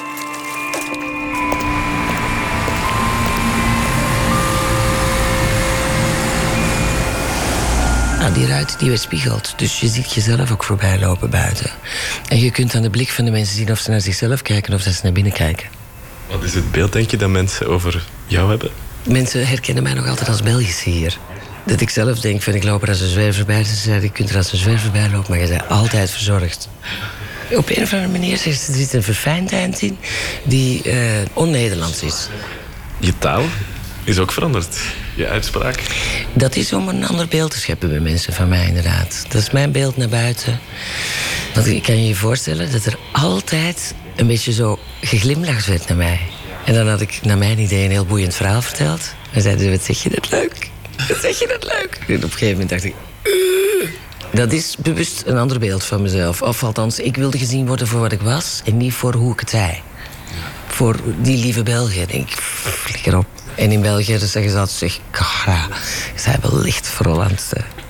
Die ruit die weerspiegelt. Dus je ziet jezelf ook voorbij lopen buiten. En je kunt aan de blik van de mensen zien of ze naar zichzelf kijken of dat ze naar binnen kijken. Wat is het beeld, denk je, dat mensen over jou hebben? Mensen herkennen mij nog altijd als Belgisch hier. Dat ik zelf denk van ik loop er als een zwerver bij. Ze zeiden, je kunt er als een zwerver bij lopen, maar je bent altijd verzorgd. Op een of andere manier zit een verfijndheid in die on-Nederlands is. Je taal is ook veranderd. Je uitspraak. Dat is om een ander beeld te scheppen bij mensen van mij, inderdaad. Dat is mijn beeld naar buiten. Want ik kan je voorstellen dat er altijd een beetje zo geglimlacht werd naar mij. En dan had ik naar mijn idee een heel boeiend verhaal verteld. En zeiden ze, wat zeg je dat leuk? Wat zeg je dat leuk? En op een gegeven moment dacht ik... Dat is bewust een ander beeld van mezelf. Of althans, ik wilde gezien worden voor wat ik was en niet voor hoe ik het zei. Voor die lieve Belgen, denk ik, flikker op. En in België zeggen ze altijd, zeg, ja, ze zijn wel licht voor Holland.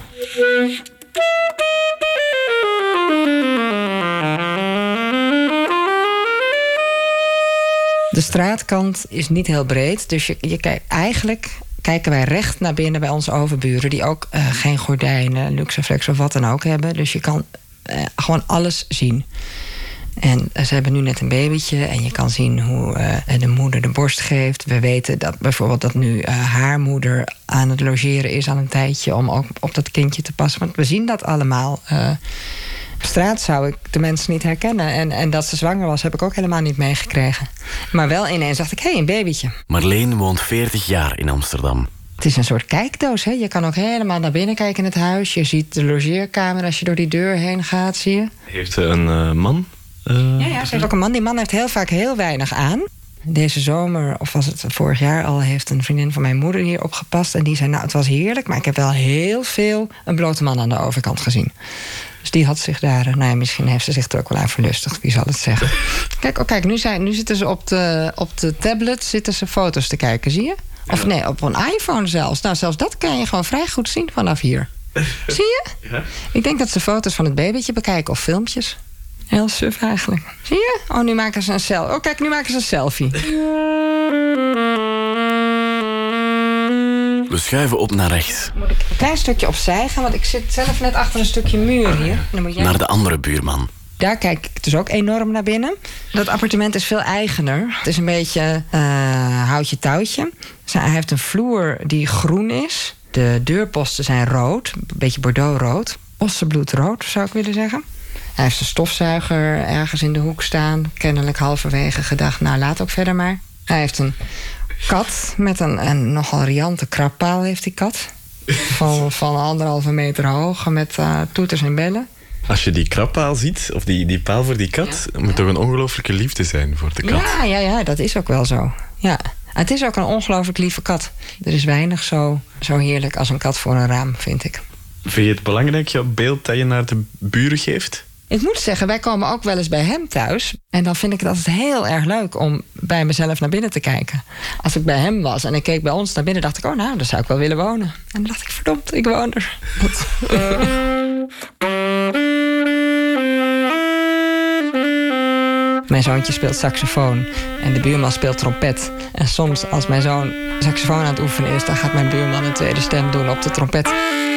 De straatkant is niet heel breed, dus je kijkt eigenlijk... kijken wij recht naar binnen bij onze overburen... die ook geen gordijnen, luxeflex of wat dan ook hebben. Dus je kan gewoon alles zien. En ze hebben nu net een babytje en je kan zien hoe de moeder de borst geeft. We weten dat bijvoorbeeld dat nu haar moeder aan het logeren is aan een tijdje... om ook op dat kindje te passen. Want we zien dat allemaal. Op straat zou ik de mensen niet herkennen. En dat ze zwanger was heb ik ook helemaal niet meegekregen. Maar wel ineens dacht ik, hé, een babytje. Marleen woont 40 jaar in Amsterdam. Het is een soort kijkdoos. Hè? Je kan ook helemaal naar binnen kijken in het huis. Je ziet de logeerkamer als je door die deur heen gaat, zie je. Heeft ze een man? Ja, ze heeft ook een man. Die man heeft heel vaak heel weinig aan. Deze zomer, of was het vorig jaar al, heeft een vriendin van mijn moeder hier opgepast. En die zei, nou, het was heerlijk, maar ik heb wel heel veel een blote man aan de overkant gezien. Dus die had zich daar, nou ja, misschien heeft ze zich er ook wel aan verlustigd, wie zal het zeggen. Kijk, nu zitten ze op de tablet zitten ze foto's te kijken, zie je? Of nee, op een iPhone zelfs. Nou, zelfs dat kan je gewoon vrij goed zien vanaf hier. Zie je? Ja. Ik denk dat ze foto's van het babytje bekijken of filmpjes. Heel suf eigenlijk. Zie je? Oh, nu maken ze een selfie. Oh, kijk, nu maken ze een selfie. We schuiven op naar rechts. Moet ik een klein stukje opzij gaan, want ik zit zelf net achter een stukje muur hier. Dan moet jij... Naar de andere buurman. Daar kijk ik dus ook enorm naar binnen. Dat appartement is veel eigener. Het is een beetje houtje touwtje. Dus hij heeft een vloer die groen is. De deurposten zijn rood, een beetje bordeauxrood. Ossenbloedrood, zou ik willen zeggen. Hij heeft een stofzuiger ergens in de hoek staan. Kennelijk halverwege gedacht, nou, laat ook verder maar. Hij heeft een kat met een nogal riante krabpaal, heeft die kat. Van 1,5 meter hoog, met toeters en bellen. Als je die krabpaal ziet, of die paal voor die kat... moet toch een ongelooflijke liefde zijn voor de kat? Ja, dat is ook wel zo. Ja. Het is ook een ongelooflijk lieve kat. Er is weinig zo heerlijk als een kat voor een raam, vind ik. Vind je het belangrijk, jouw beeld dat je naar de buren geeft? Ik moet zeggen, wij komen ook wel eens bij hem thuis. En dan vind ik het altijd heel erg leuk om bij mezelf naar binnen te kijken. Als ik bij hem was en ik keek bij ons naar binnen, dacht ik, oh nou, daar zou ik wel willen wonen. En dan dacht ik, verdomd, ik woon er. Mijn zoontje speelt saxofoon en de buurman speelt trompet. En soms, als mijn zoon saxofoon aan het oefenen is, dan gaat mijn buurman een tweede stem doen op de trompet.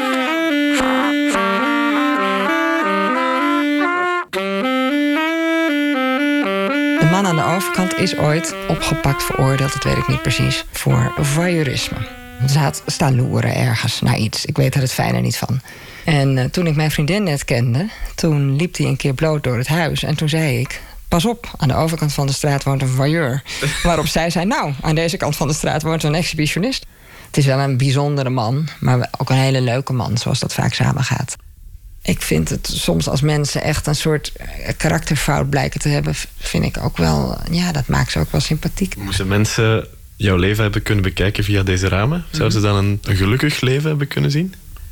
De man aan de overkant is ooit opgepakt, veroordeeld, dat weet ik niet precies, voor voyeurisme. Ze had staan loeren ergens naar iets. Ik weet er het fijne niet van. En toen ik mijn vriendin net kende, toen liep hij een keer bloot door het huis. En toen zei ik, pas op, aan de overkant van de straat woont een voyeur. Waarop zij zei, nou, aan deze kant van de straat woont een exhibitionist. Het is wel een bijzondere man, maar ook een hele leuke man, zoals dat vaak samengaat. Ik vind het soms als mensen echt een soort karakterfout blijken te hebben, vind ik ook wel, ja, dat maakt ze ook wel sympathiek. Moesten mensen jouw leven hebben kunnen bekijken via deze ramen? Zouden ze dan een gelukkig leven hebben kunnen zien?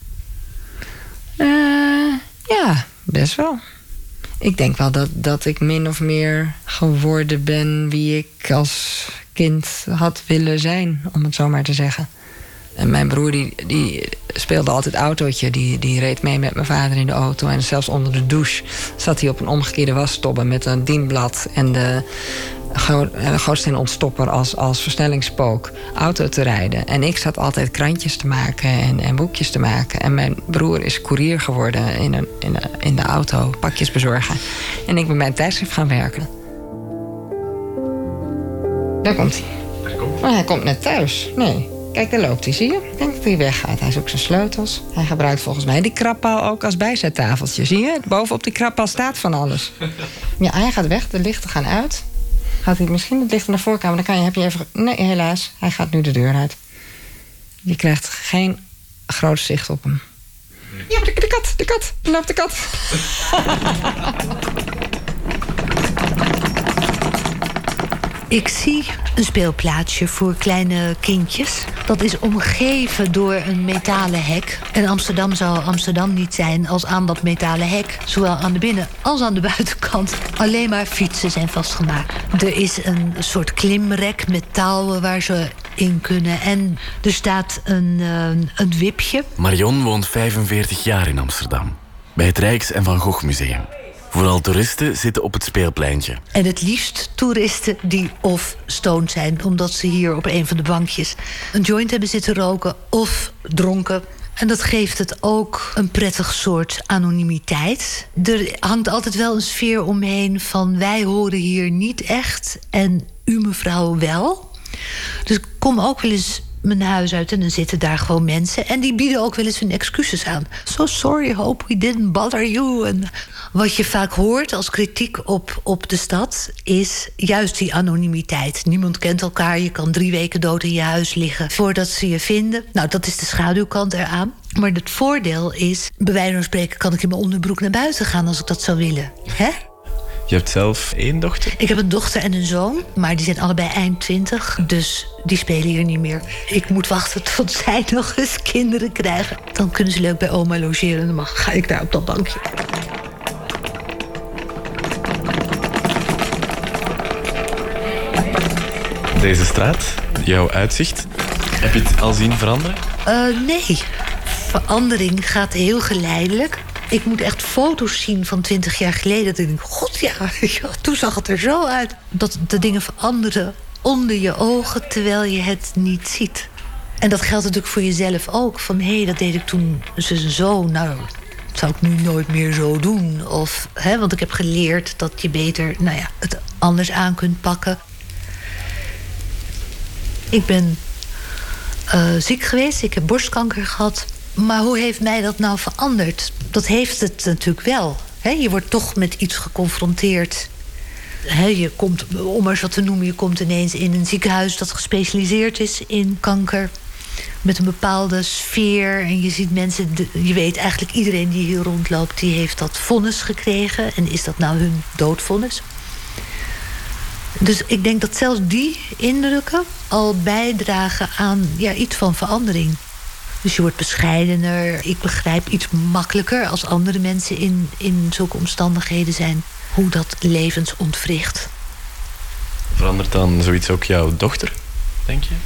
Ja, best wel. Ik denk wel dat ik min of meer geworden ben wie ik als kind had willen zijn, om het zo maar te zeggen. En mijn broer die speelde altijd autootje. Die reed mee met mijn vader in de auto. En zelfs onder de douche zat hij op een omgekeerde wasstobbe met een dienblad en de gootsteenontstopper als versnellingspook auto te rijden. En ik zat altijd krantjes te maken en boekjes te maken. En mijn broer is koerier geworden in de auto, pakjes bezorgen. En ik ben bij een tijdschrift gaan werken. Daar komt hij. Maar hij komt net thuis. Nee. Kijk, daar loopt hij, zie je? Ik denk dat hij weggaat. Hij zoekt zijn sleutels. Hij gebruikt volgens mij die krabpaal ook als bijzettafeltje. Zie je? Bovenop die krabpaal staat van alles. Ja, hij gaat weg. De lichten gaan uit. Gaat hij misschien het licht naar de voorkamer? Dan heb je even... Nee, helaas. Hij gaat nu de deur uit. Je krijgt geen groot zicht op hem. Ja, maar de kat. Er loopt de kat. Ik zie een speelplaatsje voor kleine kindjes. Dat is omgeven door een metalen hek. En Amsterdam zou Amsterdam niet zijn als aan dat metalen hek, zowel aan de binnen- als aan de buitenkant, alleen maar fietsen zijn vastgemaakt. Er is een soort klimrek met touwen waar ze in kunnen. En er staat een wipje. Marion woont 45 jaar in Amsterdam. Bij het Rijks- en Van Gogh Museum. Vooral toeristen zitten op het speelpleintje. En het liefst toeristen die of stoned zijn, omdat ze hier op een van de bankjes een joint hebben zitten roken, of dronken. En dat geeft het ook een prettig soort anonimiteit. Er hangt altijd wel een sfeer omheen van wij horen hier niet echt en u mevrouw wel. Dus ik kom ook wel eens mijn huis uit en dan zitten daar gewoon mensen. En die bieden ook wel eens hun excuses aan. So sorry, hope we didn't bother you. En wat je vaak hoort als kritiek op de stad is juist die anonimiteit. Niemand kent elkaar, je kan 3 weken dood in je huis liggen voordat ze je vinden. Nou, dat is de schaduwkant eraan. Maar het voordeel is, bij wijze van spreken kan ik in mijn onderbroek naar buiten gaan als ik dat zou willen. Hè? Je hebt zelf 1 dochter? Ik heb een dochter en een zoon, maar die zijn allebei eind 20. Dus die spelen hier niet meer. Ik moet wachten tot zij nog eens kinderen krijgen. Dan kunnen ze leuk bij oma logeren en dan ga ik daar op dat bankje. Deze straat, jouw uitzicht, heb je het al zien veranderen? Nee, verandering gaat heel geleidelijk. Ik moet echt foto's zien van 20 jaar geleden. Dat ik denk, god ja, toen zag het er zo uit. Dat de dingen veranderen onder je ogen terwijl je het niet ziet. En dat geldt natuurlijk voor jezelf ook. Van hé, dat deed ik toen zo. Nou, dat zou ik nu nooit meer zo doen. Of, want ik heb geleerd dat je beter het anders aan kunt pakken. Ik ben ziek geweest. Ik heb borstkanker gehad. Maar hoe heeft mij dat nou veranderd? Dat heeft het natuurlijk wel. Je wordt toch met iets geconfronteerd. Je komt, om maar eens wat te noemen, je komt ineens in een ziekenhuis dat gespecialiseerd is in kanker. Met een bepaalde sfeer. En je ziet mensen, je weet eigenlijk iedereen die hier rondloopt, die heeft dat vonnis gekregen. En is dat nou hun doodvonnis? Dus ik denk dat zelfs die indrukken al bijdragen aan iets van verandering. Dus je wordt bescheidener. Ik begrijp iets makkelijker als andere mensen in zulke omstandigheden zijn. Hoe dat levens ontwricht. Verandert dan zoiets ook jouw dochter, denk je?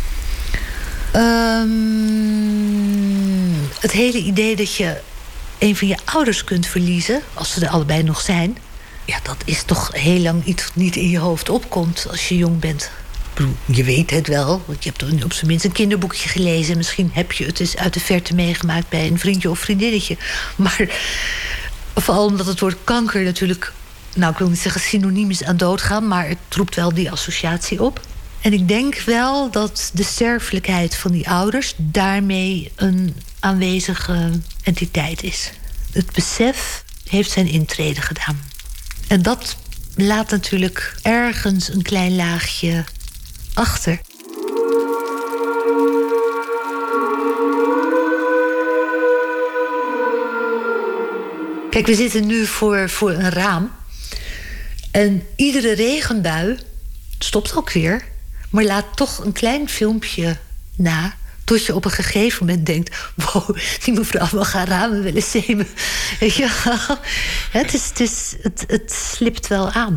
Het hele idee dat je een van je ouders kunt verliezen, als ze er allebei nog zijn, ja, dat is toch heel lang iets wat niet in je hoofd opkomt als je jong bent. Je weet het wel, want je hebt op zijn minst een kinderboekje gelezen. Misschien heb je het eens uit de verte meegemaakt bij een vriendje of vriendinnetje. Maar vooral omdat het woord kanker natuurlijk, nou, ik wil niet zeggen synoniem is aan doodgaan, maar het roept wel die associatie op. En ik denk wel dat de sterfelijkheid van die ouders daarmee een aanwezige entiteit is. Het besef heeft zijn intrede gedaan. En dat laat natuurlijk ergens een klein laagje achter. Kijk, we zitten nu voor een raam. En iedere regenbui stopt ook weer, maar laat toch een klein filmpje na, tot je op een gegeven moment denkt, wow, die mevrouw wil gaan ramen willen zemen. Ja, het slipt wel aan.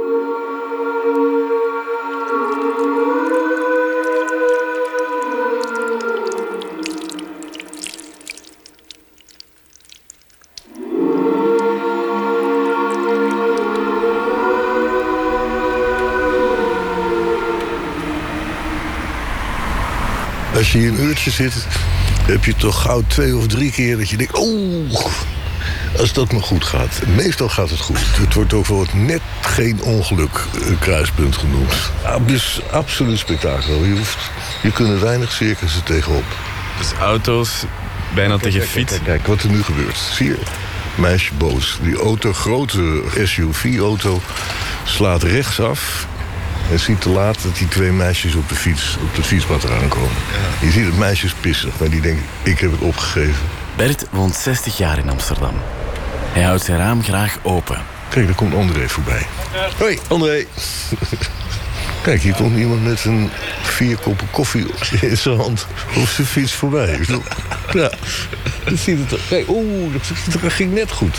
Als je hier een uurtje zit, heb je toch gauw 2 of 3 keer dat je denkt, oh, als dat maar goed gaat. Meestal gaat het goed. Het wordt ook wel net geen ongeluk kruispunt genoemd. Dus absoluut spektakel. Je kunt er weinig circussen tegenop. Dus auto's bijna tegen fiets. Kijk, wat er nu gebeurt. Zie je? Meisje boos. Die auto, grote SUV-auto, slaat rechtsaf. En ziet te laat dat die 2 meisjes op de fietspad eraan komen. Ja. Je ziet het meisjes pissig, maar die denken, ik heb het opgegeven. Bert woont 60 jaar in Amsterdam. Hij houdt zijn raam graag open. Kijk, daar komt André voorbij. Hoi, André. Kijk, hier komt iemand met een 4 koppen koffie in zijn hand op zijn fiets voorbij. Ja, dat ziet het er. Kijk, dat ging net goed.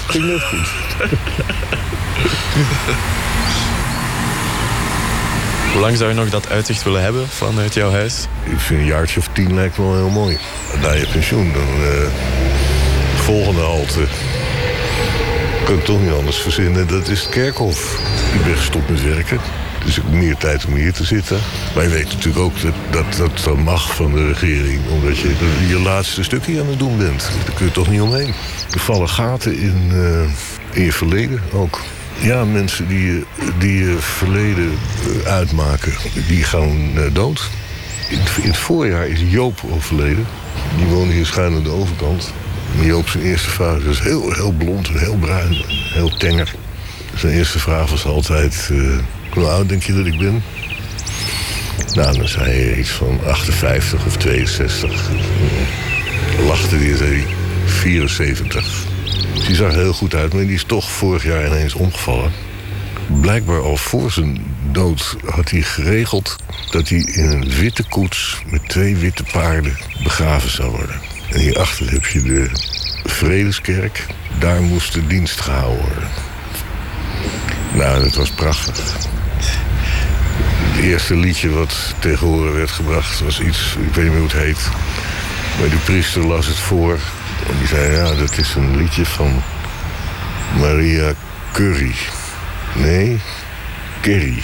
Hoe lang zou je nog dat uitzicht willen hebben vanuit jouw huis? Ik vind een jaartje of 10 lijkt me wel heel mooi. Na je pensioen, dan volgende halte. Kan ik toch niet anders verzinnen, dat is het Kerkhof. Ik ben gestopt met werken, dus ik heb meer tijd om hier te zitten. Maar je weet natuurlijk ook dat mag van de regering, omdat je je laatste stukje aan het doen bent. Daar kun je toch niet omheen. Er vallen gaten in je verleden ook. Ja, mensen die je verleden uitmaken, die gaan dood. In het voorjaar is Joop overleden. Die woonde hier schuin aan de overkant. En Joop zijn eerste vrouw was heel blond en heel bruin. Heel tenger. Zijn eerste vraag was altijd... hoe oud denk je dat ik ben? Nou, dan zei hij iets van 58 of 62. Lachte hij en zei hij 74. Dus die zag er heel goed uit, maar die is toch vorig jaar ineens omgevallen. Blijkbaar al voor zijn dood had hij geregeld dat hij in een witte koets met 2 witte paarden begraven zou worden. En hierachter heb je de Vredeskerk. Daar moest de dienst gehouden worden. Nou, dat was prachtig. Het eerste liedje wat tegen horen werd gebracht was iets, ik weet niet meer hoe het heet. Maar die priester las het voor. En die zei, ja, dat is een liedje van Maria Curry. Nee, Kerry.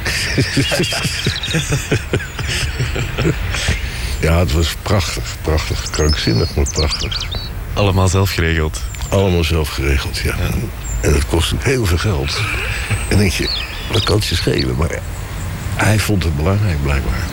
Ja, het was prachtig. Krankzinnig, maar prachtig. Allemaal zelf geregeld? Allemaal zelf geregeld, ja. En dat kost heel veel geld. En denk je, dat kan het je schelen, maar hij vond het belangrijk, blijkbaar.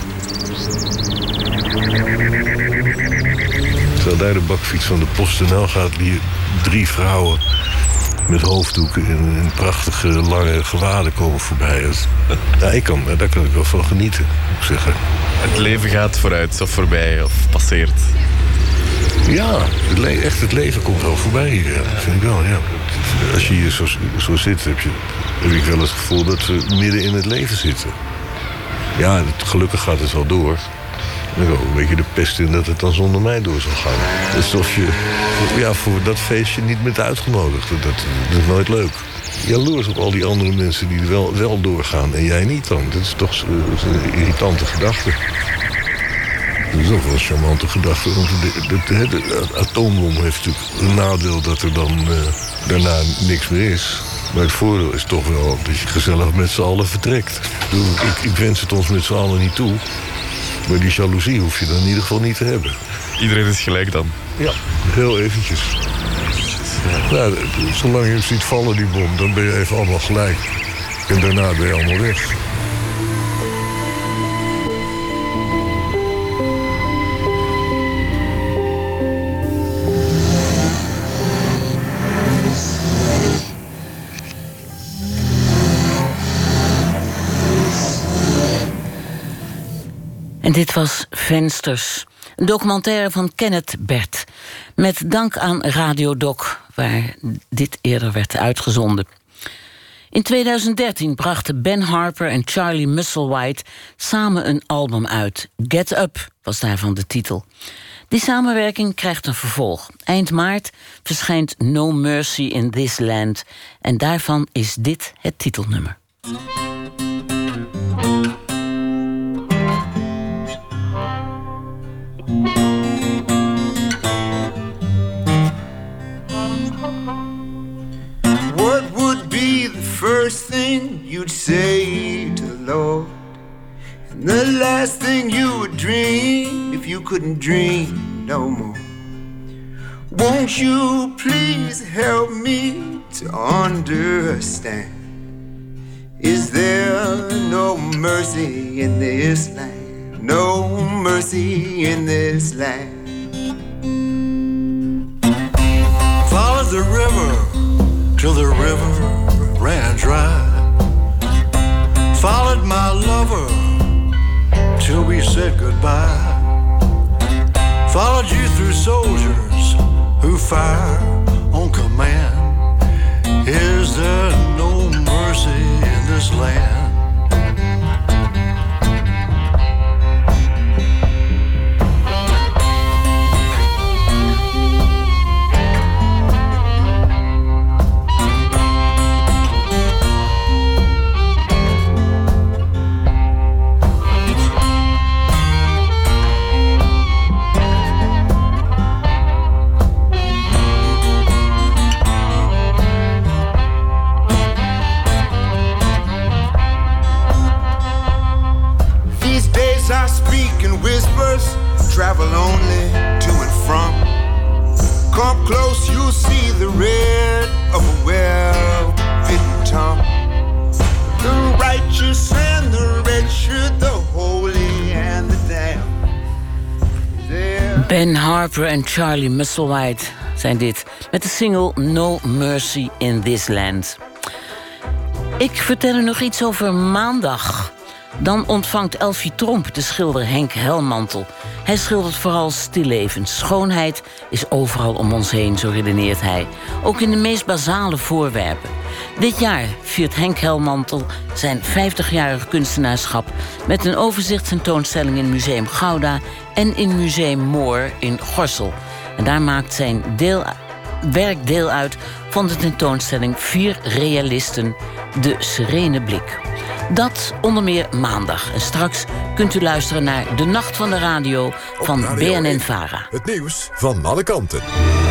Terwijl daar de bakfiets van de PostNL gaat, die 3 vrouwen met hoofddoeken in prachtige lange gewaden komen voorbij. Ja, daar kan ik wel van genieten, moet ik zeggen. Het leven gaat vooruit of voorbij of passeert. Ja, het leven komt wel voorbij hier, ja. Dat vind ik wel, ja. Als je hier zo zit, heb ik wel het gevoel dat we midden in het leven zitten. Ja, gelukkig gaat het wel door. En ik heb ook een beetje de pest in dat het dan zonder mij door zal gaan. Alsof je voor dat feestje niet bent uitgenodigd. Dat is nooit leuk. Jaloers op al die andere mensen die wel doorgaan en jij niet dan. Dat is toch een irritante gedachte. Dat is ook wel een charmante gedachte. Want de atoombom heeft natuurlijk een nadeel dat er dan daarna niks meer is. Maar het voordeel is toch wel dat je gezellig met z'n allen vertrekt. Ik wens het ons met z'n allen niet toe. Maar die jaloezie hoef je dan in ieder geval niet te hebben. Iedereen is gelijk dan? Ja, heel eventjes. Nou, zolang je hem ziet vallen, die bom, dan ben je even allemaal gelijk. En daarna ben je allemaal weg. En dit was Vensters, een documentaire van Kenneth Bert. Met dank aan Radio Doc, waar dit eerder werd uitgezonden. In 2013 brachten Ben Harper en Charlie Musselwhite samen een album uit. Get Up was daarvan de titel. Die samenwerking krijgt een vervolg. Eind maart verschijnt No Mercy in This Land. En daarvan is dit het titelnummer. What would be the first thing you'd say to the Lord? And the last thing you would dream if you couldn't dream no more? Won't you please help me to understand? Is there no mercy in this land? No mercy in this land. Followed the river till the river ran dry. Followed my lover till we said goodbye. Followed you through soldiers who fire on command. Is there no mercy in this land? Ben Harper en Charlie Musselwhite zijn dit, met de single No Mercy in This Land. Ik vertel u nog iets over maandag. Dan ontvangt Elfie Tromp de schilder Henk Helmantel. Hij schildert vooral stillevens. Schoonheid is overal om ons heen, zo redeneert hij. Ook in de meest basale voorwerpen. Dit jaar viert Henk Helmantel zijn 50-jarig kunstenaarschap... met een overzichtstentoonstelling in Museum Gouda... en in Museum Moor in Gorssel. En daar maakt zijn werk deel uit van de tentoonstelling 4 realisten, de serene blik. Dat onder meer maandag. En straks kunt u luisteren naar De Nacht van de Radio van BNN-VARA. Het nieuws van alle kanten.